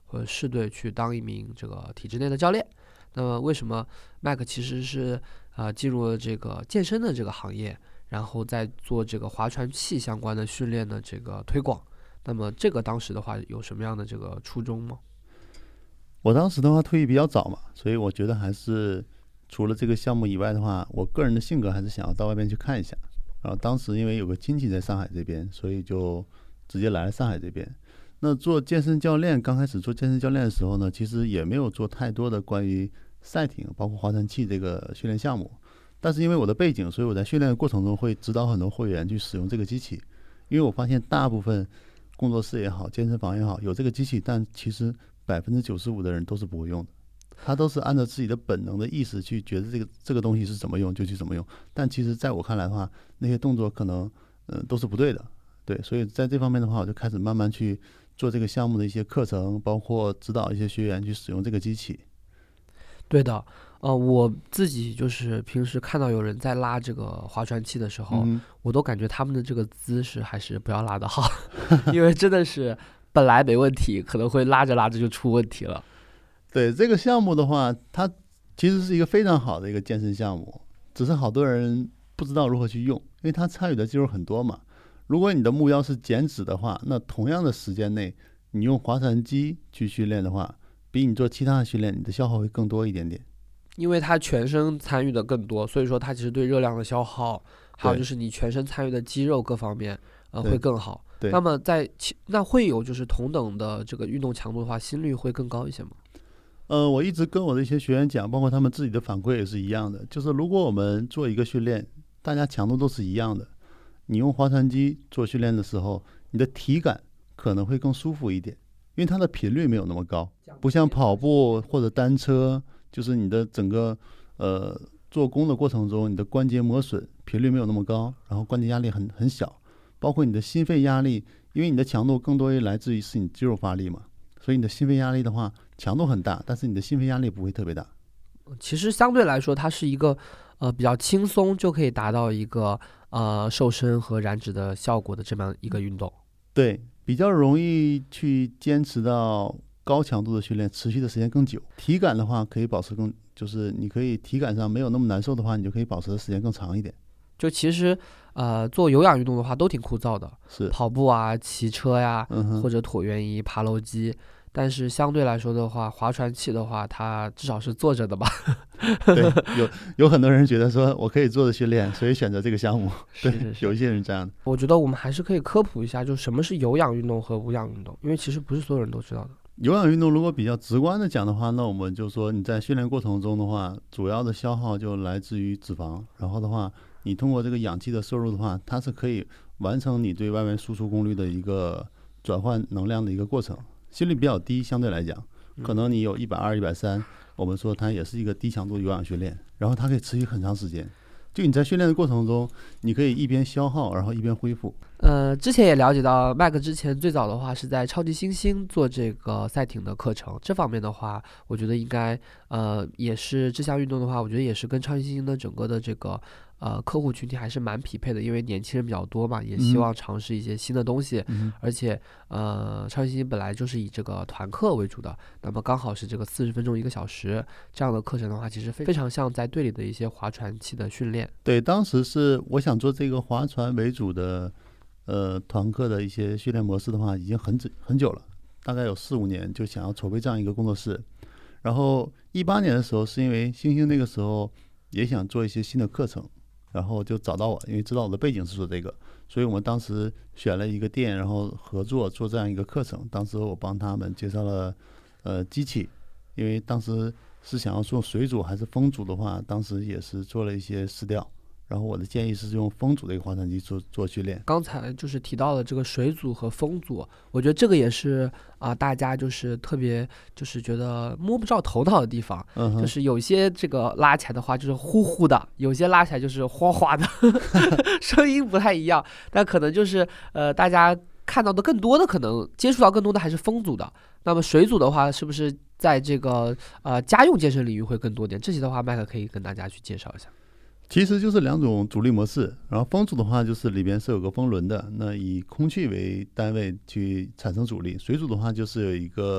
或者试队去当一名这个体制内的教练。那么为什么麦克其实是呃进入了这个健身的这个行业，然后再做这个划船器相关的训练的这个推广？那么这个当时的话有什么样的这个初衷吗？ 我当时的话退役比较早嘛，所以我觉得还是除了这个项目以外的话，我个人的性格还是想要到外边去看一下。然后当时因为有个亲戚在上海这边，所以就直接来了上海这边。那做健身教练，刚开始做健身教练的时候呢，其实也没有做太多的关于赛艇包括划船器这个训练项目。但是因为我的背景，所以我在训练的过程中会指导很多会员去使用这个机器。因为我发现大部分工作室也好，健身房也好，有这个机器，但其实百分之九十五的人都是不会用的。他都是按照自己的本能的意识去觉得这个这个东西是怎么用就去怎么用，但其实在我看来的话，那些动作可能嗯、呃、都是不对的。对，所以在这方面的话，我就开始慢慢去做这个项目的一些课程，包括指导一些学员去使用这个机器。 对的，呃，我自己就是平时看到有人在拉这个划船器的时候， 嗯， 我都感觉他们的这个姿势还是不要拉得好，因为真的是本来没问题，可能会拉着拉着就出问题了。 对，这个项目的话，它其实是一个非常好的一个健身项目，只是好多人不知道如何去用，因为它参与的肌肉很多嘛。如果你的目标是减脂的话，那同样的时间内，你用划船机去训练的话，比你做其他的训练，你的消耗会更多一点点。 因为它全身参与的更多，所以说它其实对热量的消耗，还有就是你全身参与的肌肉各方面，呃，会更好。 对， 那么在其那会有就是同等的这个运动强度的话，心率会更高一些吗？ 呃，我一直跟我的一些学员讲，包括他们自己的反馈也是一样的，就是如果我们做一个训练，大家强度都是一样的，你用划船机做训练的时候，你的体感可能会更舒服一点，因为它的频率没有那么高，不像跑步或者单车，就是你的整个呃做功的过程中，你的关节磨损频率没有那么高，然后关节压力很很小，包括你的心肺压力，因为你的强度更多于来自于是你肌肉发力嘛，所以你的心肺压力的话，强度很大，但是你的心肺压力不会特别大。 其实相对来说，它是一个呃比较轻松就可以达到一个呃瘦身和燃脂的效果的这么样一个运动。 对，比较容易去坚持到高强度的训练，持续的时间更久。体感的话可以保持更，就是你可以体感上没有那么难受的话，你就可以保持的时间更长一点。 就其实呃做有氧运动的话都挺枯燥的， 是跑步啊、骑车呀、 嗯、 或者椭圆仪、爬楼机。但是相对来说的话，划船器的话，它至少是坐着的吧？ 对，有有很多人觉得说我可以坐着训练，所以选择这个项目。对， 是是是有一些人这样的。 我觉得我们还是可以科普一下，就什么是有氧运动和无氧运动，因为其实不是所有人都知道的。 有氧运动如果比较直观的讲的话，那我们就说你在训练过程中的话，主要的消耗就来自于脂肪，然后的话，你通过这个氧气的摄入的话，它是可以完成你对外面输出功率的一个转换能量的一个过程。心率比较低，相对来讲，可能你有一百二、一百三，我们说它也是一个低强度有氧训练，然后它可以持续很长时间。就你在训练的过程中，你可以一边消耗，然后一边恢复。 呃，之前也了解到，麦克之前最早的话是在超级星星做这个赛艇的课程，这方面的话，我觉得应该呃也是这项运动的话，我觉得也是跟超级星星的整个的这个呃客户群体还是蛮匹配的，因为年轻人比较多嘛，也希望尝试一些新的东西， 嗯、 而且呃超级星星本来就是以这个团课为主的，那么刚好是这个四十分钟一个小时这样的课程的话，其实非常像在队里的一些划船器的训练。 对，当时是我想做这个划船为主的。呃，团课的一些训练模式的话，已经很久很久了，大概有四五年，就想要筹备这样一个工作室。然后一八年的时候，是因为星星那个时候也想做一些新的课程，然后就找到我，因为知道我的背景是做这个，所以我们当时选了一个店，然后合作做这样一个课程。当时我帮他们介绍了呃机器，因为当时是想要做水组还是风组的话，当时也是做了一些试调。然后我的建议是用风组的一个划船机做做训练。 刚才就是提到了这个水组和风组，我觉得这个也是啊、呃，大家就是特别就是觉得摸不着头脑的地方， 嗯、 就是有些这个拉起来的话就是呼呼的，有些拉起来就是哗哗的，声音不太一样，但可能就是呃大家看到的更多的可能接触到更多的还是风组的。那么水组的话，是不是在这个呃家用健身领域会更多点？这些的话，麦克可以跟大家去介绍一下。 其实就是两种阻力模式，然后风阻的话就是里边是有个风轮的，那以空气为单位去产生阻力；水阻的话就是有一个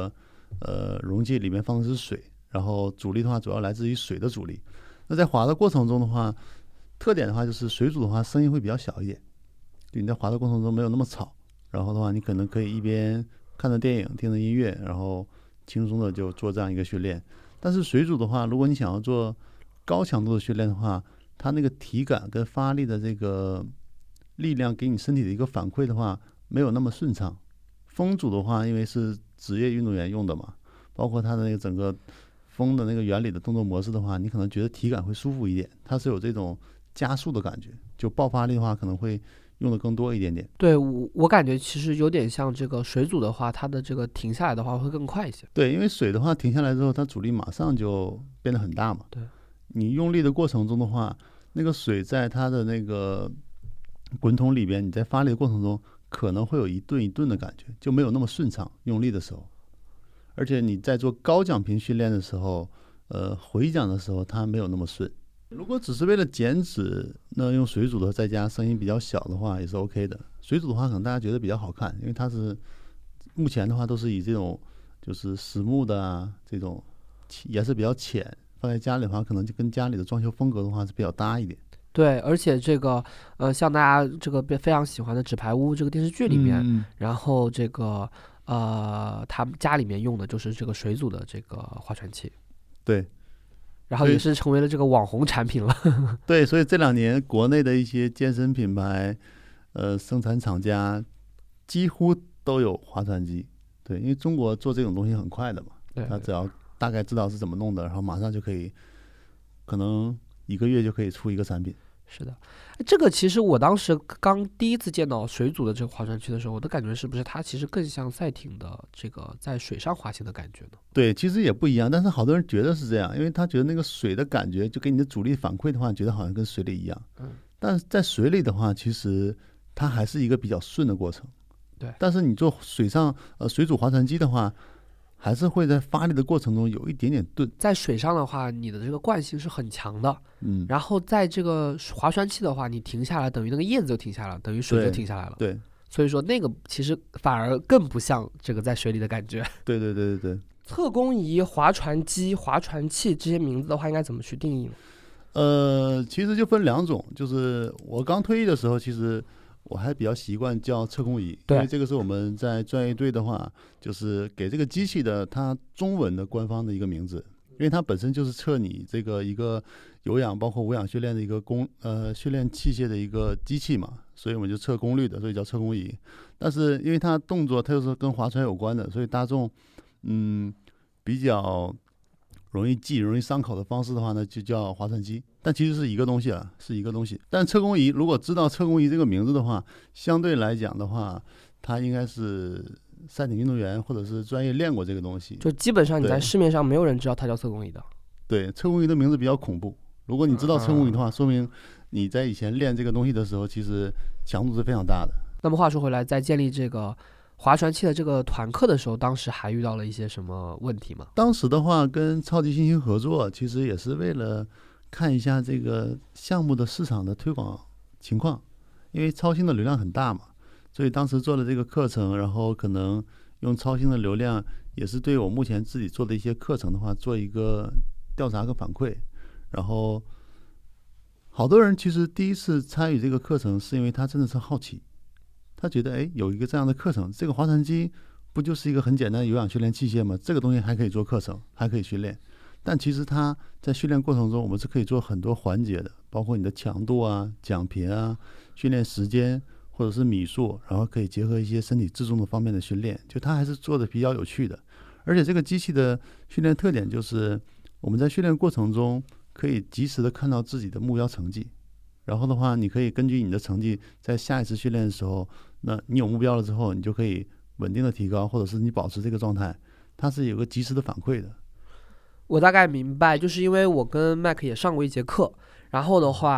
呃容器里面放的是水，然后阻力的话主要来自于水的阻力。那在滑的过程中的话，特点的话就是水阻的话声音会比较小一点，就你在滑的过程中没有那么吵，然后的话你可能可以一边看着电影听着音乐，然后轻松的就做这样一个训练。但是水阻的话，如果你想要做高强度的训练的话，它那个体感跟发力的这个力量给你身体的一个反馈的话没有那么顺畅。风阻的话因为是职业运动员用的嘛，包括它的那个整个风的那个原理的动作模式的话，你可能觉得体感会舒服一点，它是有这种加速的感觉，就爆发力的话可能会用的更多一点点。 对，我我感觉其实有点像这个水阻的话，它的这个停下来的话会更快一些。 对，因为水的话停下来之后，它阻力马上就变得很大嘛。 对， 你用力的过程中的话，那个水在它的那个滚筒里边，你在发力的过程中可能会有一顿一顿的感觉，就没有那么顺畅用力的时候。而且你在做高奖频训练的时候，呃，回桨的时候它没有那么顺。如果只是为了减脂，那用水阻的再加声音比较小的话也是 OK 的。水阻的话可能大家觉得比较好看，因为它是目前的话都是以这种就是实木的啊，这种颜色比较浅，放在家里的话可能就跟家里的装修风格的话是比较搭一点。 对，而且这个呃，像大家这个非常喜欢的《纸牌屋》这个电视剧里面， 嗯、 然后这个呃，他们家里面用的就是这个水阻的这个划船器。 对。 然后也是成为了这个网红产品了。 对，所以这两年国内的一些健身品牌，呃，生产厂家几乎都有划船机。对，因为中国做这种东西很快的嘛，他只要大概知道是怎么弄的，然后马上就可以，可能一个月就可以出一个产品。 是的，这个其实我当时刚第一次见到水阻的这个划船器的时候，我的感觉是不是它其实更像赛艇的这个在水上滑行的感觉呢？ 对，其实也不一样，但是好多人觉得是这样，因为他觉得那个水的感觉就给你的阻力反馈的话，觉得好像跟水里一样。 嗯， 但是在水里的话，其实它还是一个比较顺的过程。 对， 但是你做水上呃水阻划船机的话，还是会在发力的过程中有一点点顿。 在水上的话，你的这个惯性是很强的， 嗯， 然后在这个划船器的话，你停下来，等于那个叶子就停下来了，等于水就停下来了。 对， 所以说那个其实反而更不像这个在水里的感觉。 对对对对对。 测弓仪、划船机、划船器这些名字的话，应该怎么去定义呢？ 呃，其实就分两种，就是我刚退役的时候，其实我还比较习惯叫测弓仪，因为这个是我们在专业队的话，就是给这个机器的它中文的官方的一个名字，因为它本身就是测你这个一个有氧包括无氧训练的一个功呃训练器械的一个机器嘛，所以我们就测功率的，所以叫测弓仪。但是因为它动作它又是跟划船有关的，所以大众嗯比较容易记、容易伤口的方式的话呢，就叫划船机。但其实是一个东西啊，是一个东西。但测弓仪如果知道测弓仪这个名字的话，相对来讲的话，它应该是赛艇运动员或者是专业练过这个东西。 就基本上你在市面上没有人知道它叫测弓仪的。 对，测弓仪的名字比较恐怖。如果你知道测弓仪的话，说明你在以前练这个东西的时候，其实强度是非常大的。 那么话说回来，在建立这个划船器的这个团课的时候，当时还遇到了一些什么问题吗？ 当时的话，跟超级星星合作，其实也是为了看一下这个项目的市场的推广情况，因为超星的流量很大嘛，所以当时做了这个课程，然后可能用超星的流量，也是对我目前自己做的一些课程的话，做一个调查和反馈。然后，好多人其实第一次参与这个课程，是因为他真的是好奇。他觉得哎，有一个这样的课程，这个划船机不就是一个很简单的有氧训练器械吗？这个东西还可以做课程，还可以训练。但其实它在训练过程中，我们是可以做很多环节的，包括你的强度啊、奖频啊、训练时间或者是米数，然后可以结合一些身体自重的方面的训练，就它还是做的比较有趣的。而且这个机器的训练特点就是我们在训练过程中可以及时的看到自己的目标成绩。然后的话，你可以根据你的成绩，在下一次训练的时候，那你有目标了之后，你就可以稳定的提高，或者是你保持这个状态，它是有个及时的反馈的。 我大概明白，就是因为我跟麦克也上过一节课，然后的话，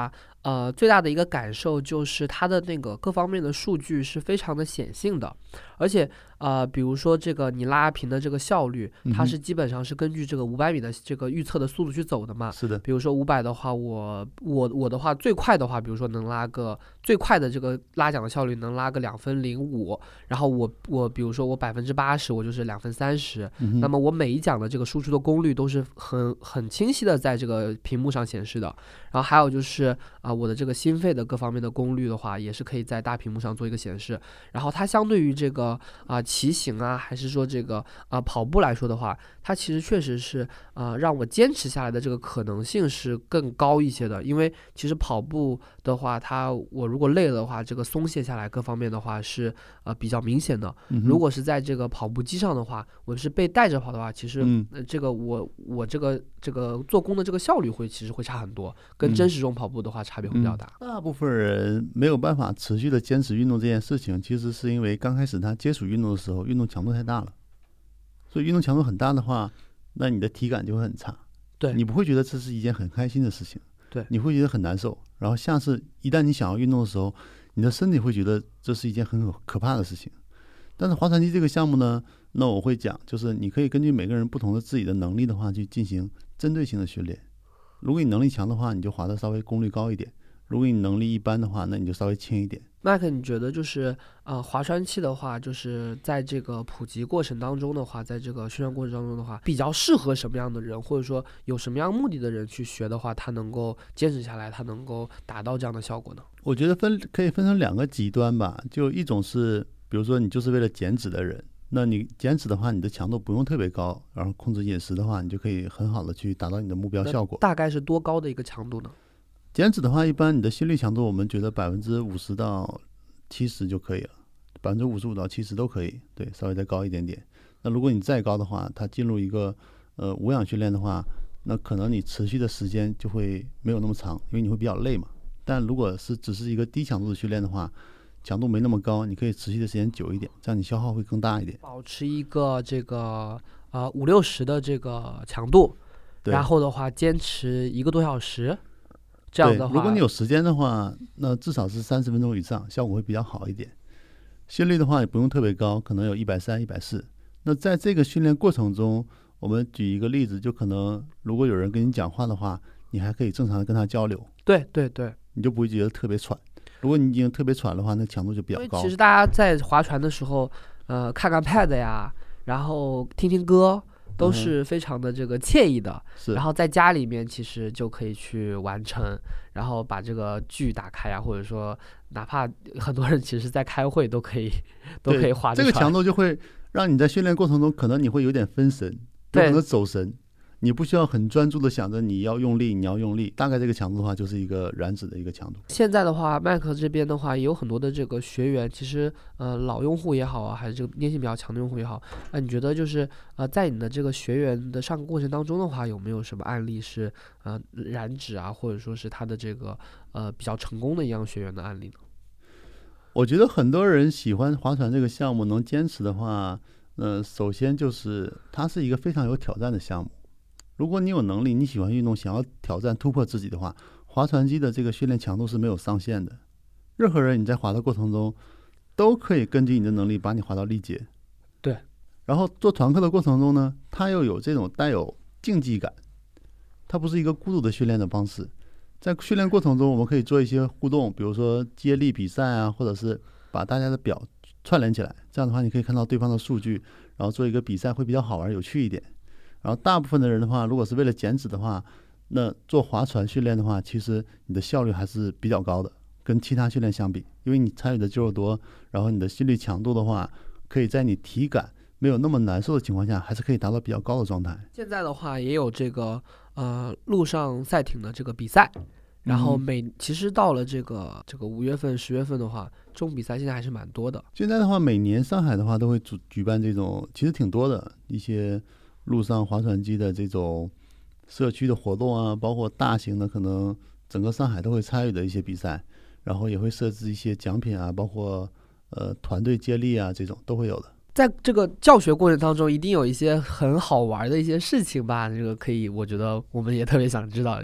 呃最大的一个感受就是它的那个各方面的数据是非常的显性的，而且呃比如说这个你拉平的这个效率，它是基本上是根据这个五百米的这个预测的速度去走的嘛。 是的， 比如说五百的话，我我我的话最快的话，比如说能拉个最快的这个拉奖的效率能拉个两分零五，然后我我比如说我百分之八十，我就是两分三十、嗯，那么我每一奖的这个输出的功率都是很很清晰的在这个屏幕上显示的。然后还有就是啊、呃，我的这个心肺的各方面的功率的话，也是可以在大屏幕上做一个显示。然后它相对于这个啊、呃、骑行啊，还是说这个啊、呃、跑步来说的话，它其实确实是啊、呃、让我坚持下来的这个可能性是更高一些的。因为其实跑步的话，它我如果累了的话，这个松懈下来各方面的话是呃比较明显的。 嗯、 如果是在这个跑步机上的话，我是被带着跑的话，其实、 嗯呃、这个我我这个这个做工的这个效率会其实会差很多，跟真实中跑步的话差别会比较大、 嗯、大部分人没有办法持续的坚持运动这件事情，其实是因为刚开始他接触运动的时候运动强度太大了，所以运动强度很大的话，那你的体感就会很差， 对， 你不会觉得这是一件很开心的事情， 对， 你会觉得很难受，然后下次一旦你想要运动的时候，你的身体会觉得这是一件很可怕的事情。但是划船机这个项目呢，那我会讲，就是你可以根据每个人不同的自己的能力的话，去进行针对性的训练。如果你能力强的话，你就划得稍微功率高一点；如果你能力一般的话，那你就稍微轻一点。 麦克，你觉得就是呃，划船器的话，就是在这个普及过程当中的话，在这个宣传过程当中的话，比较适合什么样的人，或者说有什么样目的的人去学的话，他能够坚持下来，他能够达到这样的效果呢？ 我觉得分可以分成两个极端吧，就一种是，比如说你就是为了减脂的人，那你减脂的话，你的强度不用特别高，然后控制饮食的话，你就可以很好的去达到你的目标效果。 大概是多高的一个强度呢？ 减脂的话，一般你的心率强度，我们觉得百分之五十到七十就可以了，百分之五十五到七十都可以，对，稍微再高一点点。那如果你再高的话，它进入一个呃无氧训练的话，那可能你持续的时间就会没有那么长，因为你会比较累嘛。但如果是只是一个低强度的训练的话，强度没那么高，你可以持续的时间久一点，这样你消耗会更大一点。 保持一个这个呃五六十的这个强度，然后的话坚持一个多小时。这样的话， 如果你有时间的话，那至少是三十分钟以上，效果会比较好一点。心率的话也不用特别高，可能有一百三、一百四。那在这个训练过程中，我们举一个例子，就可能如果有人跟你讲话的话，你还可以正常的跟他交流。 对对对， 你就不会觉得特别喘。如果你已经特别喘的话，那强度就比较高。 其实大家在划船的时候，呃，看看 pad 呀，然后听听歌。都是非常的这个惬意的、 嗯、 然后在家里面其实就可以去完成，然后把这个剧打开啊，或者说哪怕很多人其实在开会都可以都可以划这个强度就会让你在训练过程中可能你会有点分神，有可能走神，你不需要很专注的想着你要用力你要用力，大概这个强度的话就是一个燃脂的一个强度。 现在的话麦克这边的话也有很多的这个学员，其实呃老用户也好啊，还是这个粘性比较强的用户也好，那、呃、你觉得就是呃在你的这个学员的上课过程当中的话，有没有什么案例是呃燃脂啊，或者说是他的这个呃比较成功的一样学员的案例呢？ 我觉得很多人喜欢划船这个项目能坚持的话，呃首先就是它是一个非常有挑战的项目。如果你有能力，你喜欢运动，想要挑战突破自己的话，划船机的这个训练强度是没有上限的。任何人你在划的过程中都可以根据你的能力把你划到力竭。 对。 然后做团课的过程中呢，它又有这种带有竞技感，它不是一个孤独的训练的方式。在训练过程中我们可以做一些互动，比如说接力比赛啊，或者是把大家的表串联起来，这样的话你可以看到对方的数据，然后做一个比赛会比较好玩有趣一点。然后大部分的人的话，如果是为了减脂的话，那做划船训练的话，其实你的效率还是比较高的，跟其他训练相比，因为你参与的肌肉多，然后你的心率强度的话，可以在你体感没有那么难受的情况下，还是可以达到比较高的状态。 现在的话也有这个呃陆上赛艇的这个比赛，然后每、嗯、其实到了这个这个五月份、十月份的话，这种比赛现在还是蛮多的。 现在的话，每年上海的话都会主举办这种，其实挺多的一些陆上划船机的这种社区的活动啊，包括大型的可能整个上海都会参与的一些比赛，然后也会设置一些奖品啊，包括呃团队接力啊，这种都会有的。 在这个教学过程当中，一定有一些很好玩的一些事情吧？这个可以，我觉得我们也特别想知道。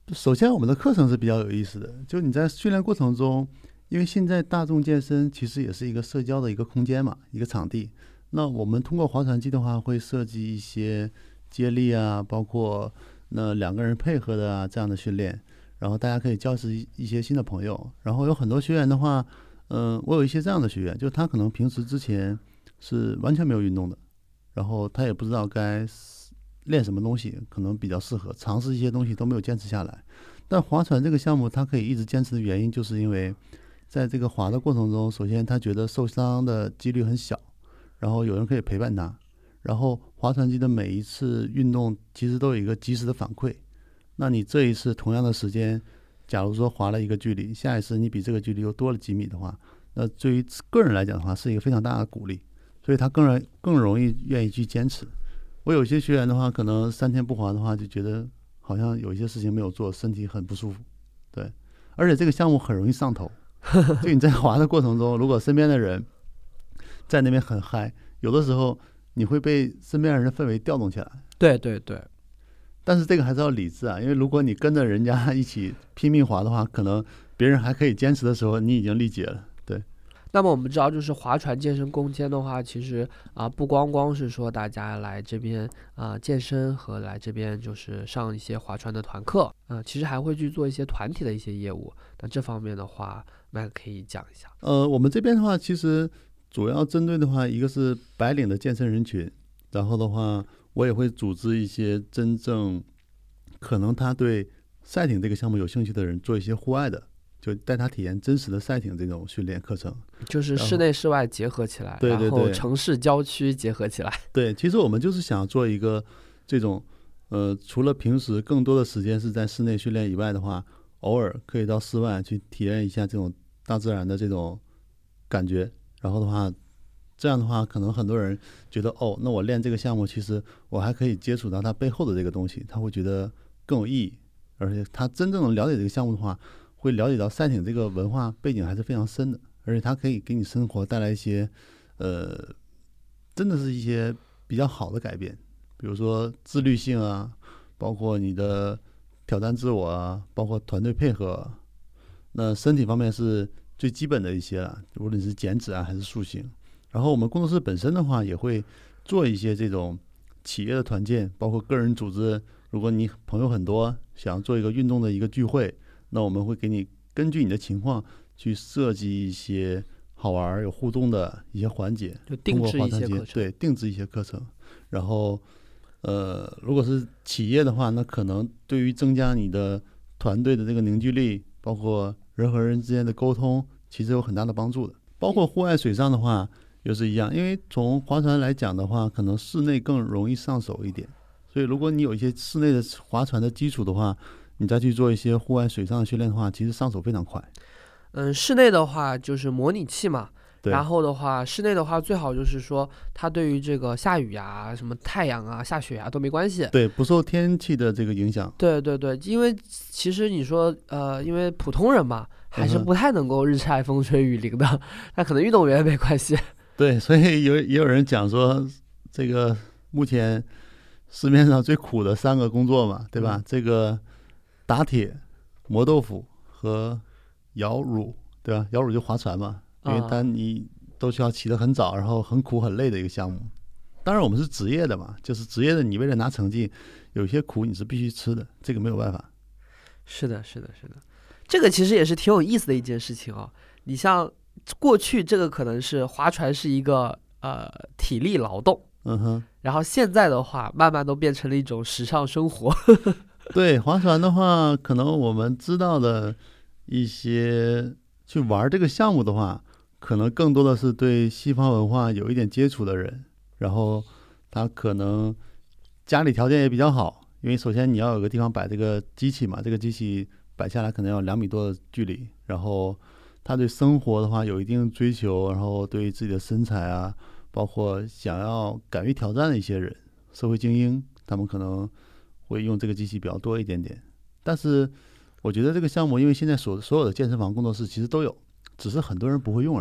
首先我们的课程是比较有意思的，就你在训练过程中，因为现在大众健身其实也是一个社交的一个空间嘛，一个场地。那我们通过划船机的话，会设计一些接力啊，包括那两个人配合的啊这样的训练，然后大家可以交识一些新的朋友。然后有很多学员的话，嗯、呃，我有一些这样的学员，就他可能平时之前是完全没有运动的，然后他也不知道该练什么东西可能比较适合，尝试一些东西都没有坚持下来。但划船这个项目它可以一直坚持的原因，就是因为在这个划的过程中，首先他觉得受伤的几率很小，然后有人可以陪伴他，然后划船机的每一次运动其实都有一个及时的反馈。那你这一次同样的时间，假如说划了一个距离，下一次你比这个距离又多了几米的话，那对于个人来讲的话是一个非常大的鼓励，所以他更容更容易愿意去坚持。我有些学员的话，可能三天不划的话，就觉得好像有一些事情没有做，身体很不舒服。对，而且这个项目很容易上头，就你在划的过程中，如果身边的人在那边很嗨，有的时候你会被身边人的氛围调动起来。 对对对。 但是这个还是要理智啊，因为如果你跟着人家一起拼命划的话，可能别人还可以坚持的时候，你已经力竭了。对。 那么我们知道，就是划船健身空间的话，其实啊、呃，不光光是说大家来这边啊、呃、健身和来这边就是上一些划船的团课啊、呃，其实还会去做一些团体的一些业务。那这方面的话，麦克可以讲一下。 呃，我们这边的话，其实主要针对的话，一个是白领的健身人群，然后的话，我也会组织一些真正可能他对赛艇这个项目有兴趣的人，做一些户外的。就带他体验真实的赛艇这种训练课程， 就是室内室外结合起来， 对对对， 然后城市郊区结合起来。 对，其实我们就是想做一个这种，呃，除了平时更多的时间是在室内训练以外的话，偶尔可以到室外去体验一下这种大自然的这种感觉。然后的话，这样的话，可能很多人觉得，哦，那我练这个项目，其实我还可以接触到它背后的这个东西，他会觉得更有意义。而且他真正能了解这个项目的话，会了解到赛艇这个文化背景还是非常深的，而且它可以给你生活带来一些，呃，真的是一些比较好的改变，比如说自律性啊，包括你的挑战自我啊，包括团队配合。那身体方面是最基本的一些了，无论是减脂啊还是塑形。然后我们工作室本身的话，也会做一些这种企业的团建，包括个人组织。如果你朋友很多，想做一个运动的一个聚会，那我们会给你根据你的情况去设计一些好玩有互动的一些环节， 就定制一些课程， 对，定制一些课程。然后，呃，如果是企业的话，那可能对于增加你的团队的这个凝聚力，包括人和人之间的沟通，其实有很大的帮助的。包括户外水上的话，又是一样，因为从划船来讲的话，可能室内更容易上手一点。所以，如果你有一些室内的划船的基础的话，你再去做一些户外水上的训练的话，其实上手非常快。 嗯，室内的话就是模拟器嘛，然后的话，室内的话最好就是说，它对于这个下雨呀、什么太阳啊、下雪啊都没关系。 对，不受天气的这个影响。 对对对，因为其实你说，呃，因为普通人嘛，还是不太能够日晒风吹雨淋的，嗯、那可能运动员没关系。 对，所以有也有人讲说，这个目前市面上最苦的三个工作嘛，对吧？嗯、这个打铁、磨豆腐和摇橹，对吧？摇橹就划船嘛，因为它你都需要起得很早，然后很苦很累的一个项目。当然我们是职业的嘛，就是职业的，你为了拿成绩，有些苦你是必须吃的，这个没有办法。 是的，是的，是的，这个其实也是挺有意思的一件事情哦。你像过去这个可能是划船是一个呃体力劳动， 嗯哼， 然后现在的话，慢慢都变成了一种时尚生活。 对，划船的话，可能我们知道的一些去玩这个项目的话，可能更多的是对西方文化有一点接触的人，然后他可能家里条件也比较好，因为首先你要有个地方摆这个机器嘛，这个机器摆下来可能要两米多的距离，然后他对生活的话有一定追求，然后对于自己的身材啊，包括想要敢于挑战的一些人，社会精英，他们可能会用这个机器比较多一点点。但是我觉得这个项目，因为现在所所有的健身房工作室其实都有，只是很多人不会用而已。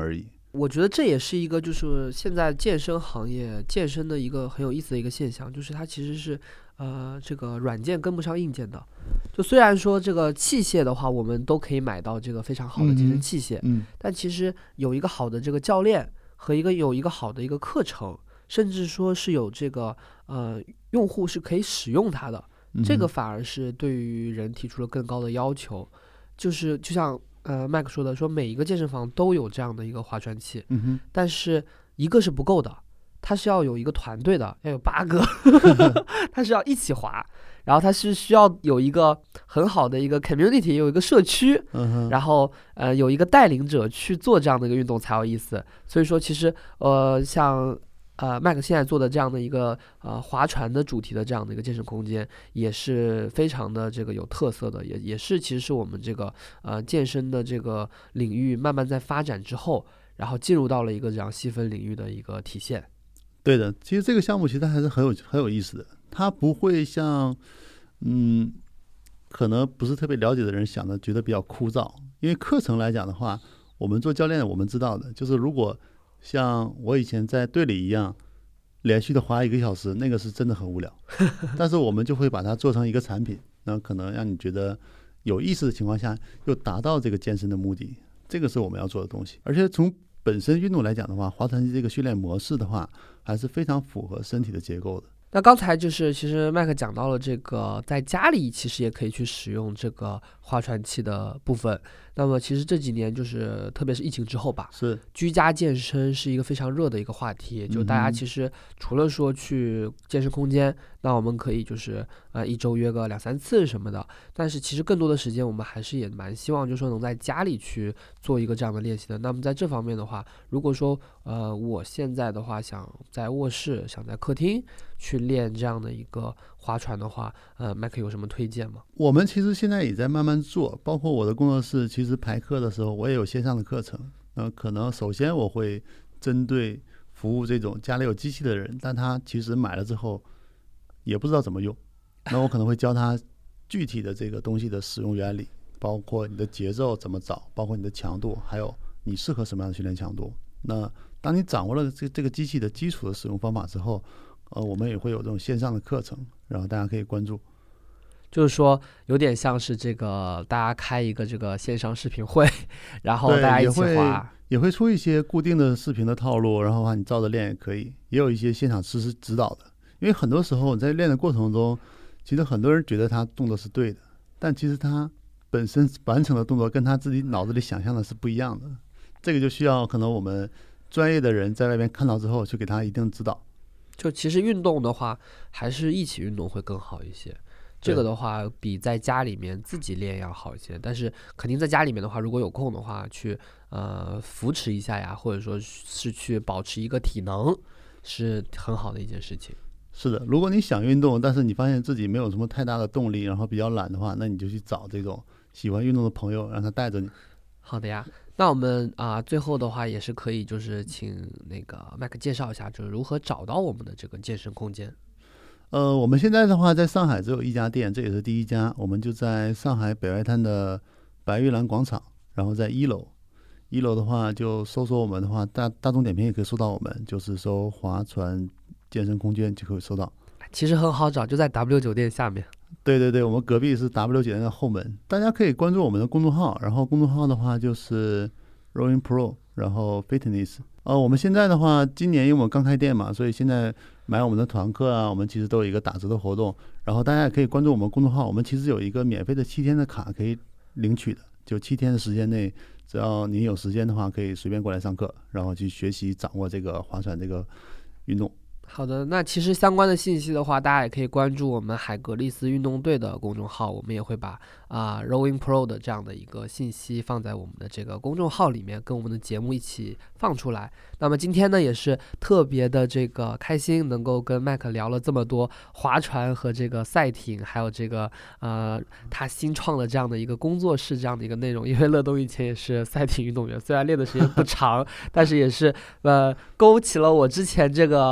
我觉得这也是一个就是现在健身行业健身的一个很有意思的一个现象，就是它其实是呃这个软件跟不上硬件的。就虽然说这个器械的话，我们都可以买到这个非常好的健身器械， 嗯， 但其实有一个好的这个教练和一个有一个好的一个课程，甚至说是有这个呃用户是可以使用它的， 嗯这个反而是对于人提出了更高的要求。就是就像呃麦克说的，说每一个健身房都有这样的一个划船器， 嗯哼， 但是一个是不够的，它是要有一个团队的，要有八个，它是要一起划，然后它是需要有一个很好的一个 community， 有一个社区， 嗯哼， 然后呃有一个带领者去做这样的一个运动才有意思。所以说其实呃像呃麦克现在做的这样的一个呃划船的主题的这样的一个健身空间，也是非常的这个有特色的，也也是其实是我们这个呃健身的这个领域慢慢在发展之后，然后进入到了一个这样细分领域的一个体现。 对的，其实这个项目其实还是很有很有意思的，它不会像嗯可能不是特别了解的人想的觉得比较枯燥，因为课程来讲的话，我们做教练我们知道的就是如果像我以前在队里一样连续的划一个小时，那个是真的很无聊但是我们就会把它做成一个产品，那可能让你觉得有意思的情况下又达到这个健身的目的，这个是我们要做的东西。而且从本身运动来讲的话，划船机这个训练模式的话还是非常符合身体的结构的。 那刚才就是其实麦克讲到了这个在家里其实也可以去使用这个划船器的部分。那么其实这几年就是特别是疫情之后吧， 是居家健身是一个非常热的一个话题，就大家其实除了说去健身空间，那我们可以就是呃一周约个两三次什么的，但是其实更多的时间我们还是也蛮希望就是说能在家里去做一个这样的练习的。那么在这方面的话，如果说呃我现在的话想在卧室想在客厅去练这样的一个划船的话，呃麦克有什么推荐吗？ 我们其实现在也在慢慢做，包括我的工作室其实排课的时候我也有线上的课程。那可能首先我会针对服务这种家里有机器的人，但他其实买了之后也不知道怎么用，那我可能会教他具体的这个东西的使用原理，包括你的节奏怎么找，包括你的强度，还有你适合什么样的训练强度。那当你掌握了这这个机器的基础的使用方法之后，呃，我们也会有这种线上的课程，然后大家可以关注。 就是说有点像是这个大家开一个这个线上视频会，然后对大家一起也会划。 也会出一些固定的视频的套路，然后的话你照着练也可以，也有一些现场实时指导的。因为很多时候你在练的过程中，其实很多人觉得他动作是对的，但其实他本身完成的动作跟他自己脑子里想象的是不一样的，这个就需要可能我们专业的人在外面看到之后去给他一定指导。 就其实运动的话，还是一起运动会更好一些。这个的话，比在家里面自己练要好一些。但是肯定在家里面的话，如果有空的话，去呃扶持一下呀，或者说是去保持一个体能，是很好的一件事情。 是的，如果你想运动，但是你发现自己没有什么太大的动力，然后比较懒的话，那你就去找这种喜欢运动的朋友，让他带着你。 好的呀，那我们啊、呃、最后的话也是可以就是请那个麦克介绍一下，就是如何找到我们的这个健身空间。 呃，我们现在的话，在上海只有一家店，这也是第一家。我们就在上海北外滩的白玉兰广场，然后在一楼。一楼的话，就搜索我们的话，大大众点评也可以搜到我们，就是搜划船健身空间就可以搜到。 其实很好找，就在 W 酒店下面。 对对对，我们隔壁是 W 酒店的后门。大家可以关注我们的公众号，然后公众号的话就是 Rowing Pro， 然后 Fitness。呃，我们现在的话，今年因为我们刚开店嘛，所以现在买我们的团课啊，我们其实都有一个打折的活动。然后大家也可以关注我们公众号，我们其实有一个免费的七天的卡可以领取的，就七天的时间内，只要你有时间的话，可以随便过来上课，然后去学习掌握这个划船这个运动。 好的，那其实相关的信息的话，大家也可以关注我们海格力斯运动队的公众号，我们也会把啊、呃、Rowing Pro 的这样的一个信息放在我们的这个公众号里面，跟我们的节目一起放出来。那么今天呢，也是特别的这个开心，能够跟麦克聊了这么多划船和这个赛艇，还有这个呃他新创的这样的一个工作室这样的一个内容。因为乐东以前也是赛艇运动员，虽然练的时间不长，但是也是呃勾起了我之前这个对于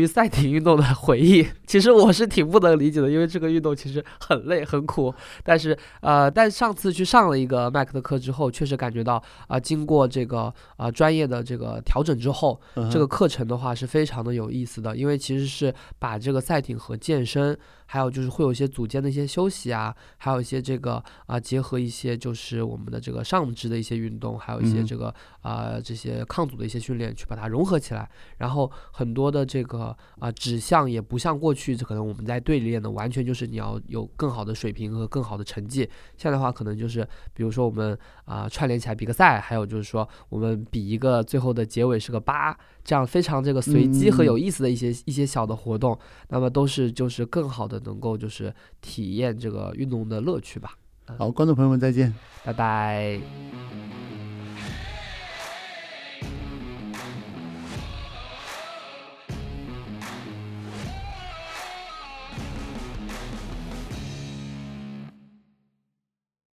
于赛艇运动的回忆，其实我是挺不能理解的，因为这个运动其实很累很苦。但是呃，但上次去上了一个麦克的课之后，确实感觉到啊、呃，经过这个啊、呃、专业的这个调整之后， 嗯、 这个课程的话是非常的有意思的，因为其实是把这个赛艇和健身，还有就是会有一些组间的一些休息啊，还有一些这个啊、呃、结合一些就是我们的这个上肢的一些运动，还有一些这个啊、呃、这些抗阻的一些训练，去把它融合起来。然后很多的这个啊、呃、指向也不像过去可能我们在队里练的完全就是你要有更好的水平和更好的成绩，现在的话可能就是比如说我们啊、呃、串联起来比个赛，还有就是说我们比一个最后的结尾是个八，这样非常这个随机和有意思的一些、嗯、一些小的活动，那么都是就是更好的能够就是体验这个运动的乐趣吧。 好，观众朋友们再见， 拜拜。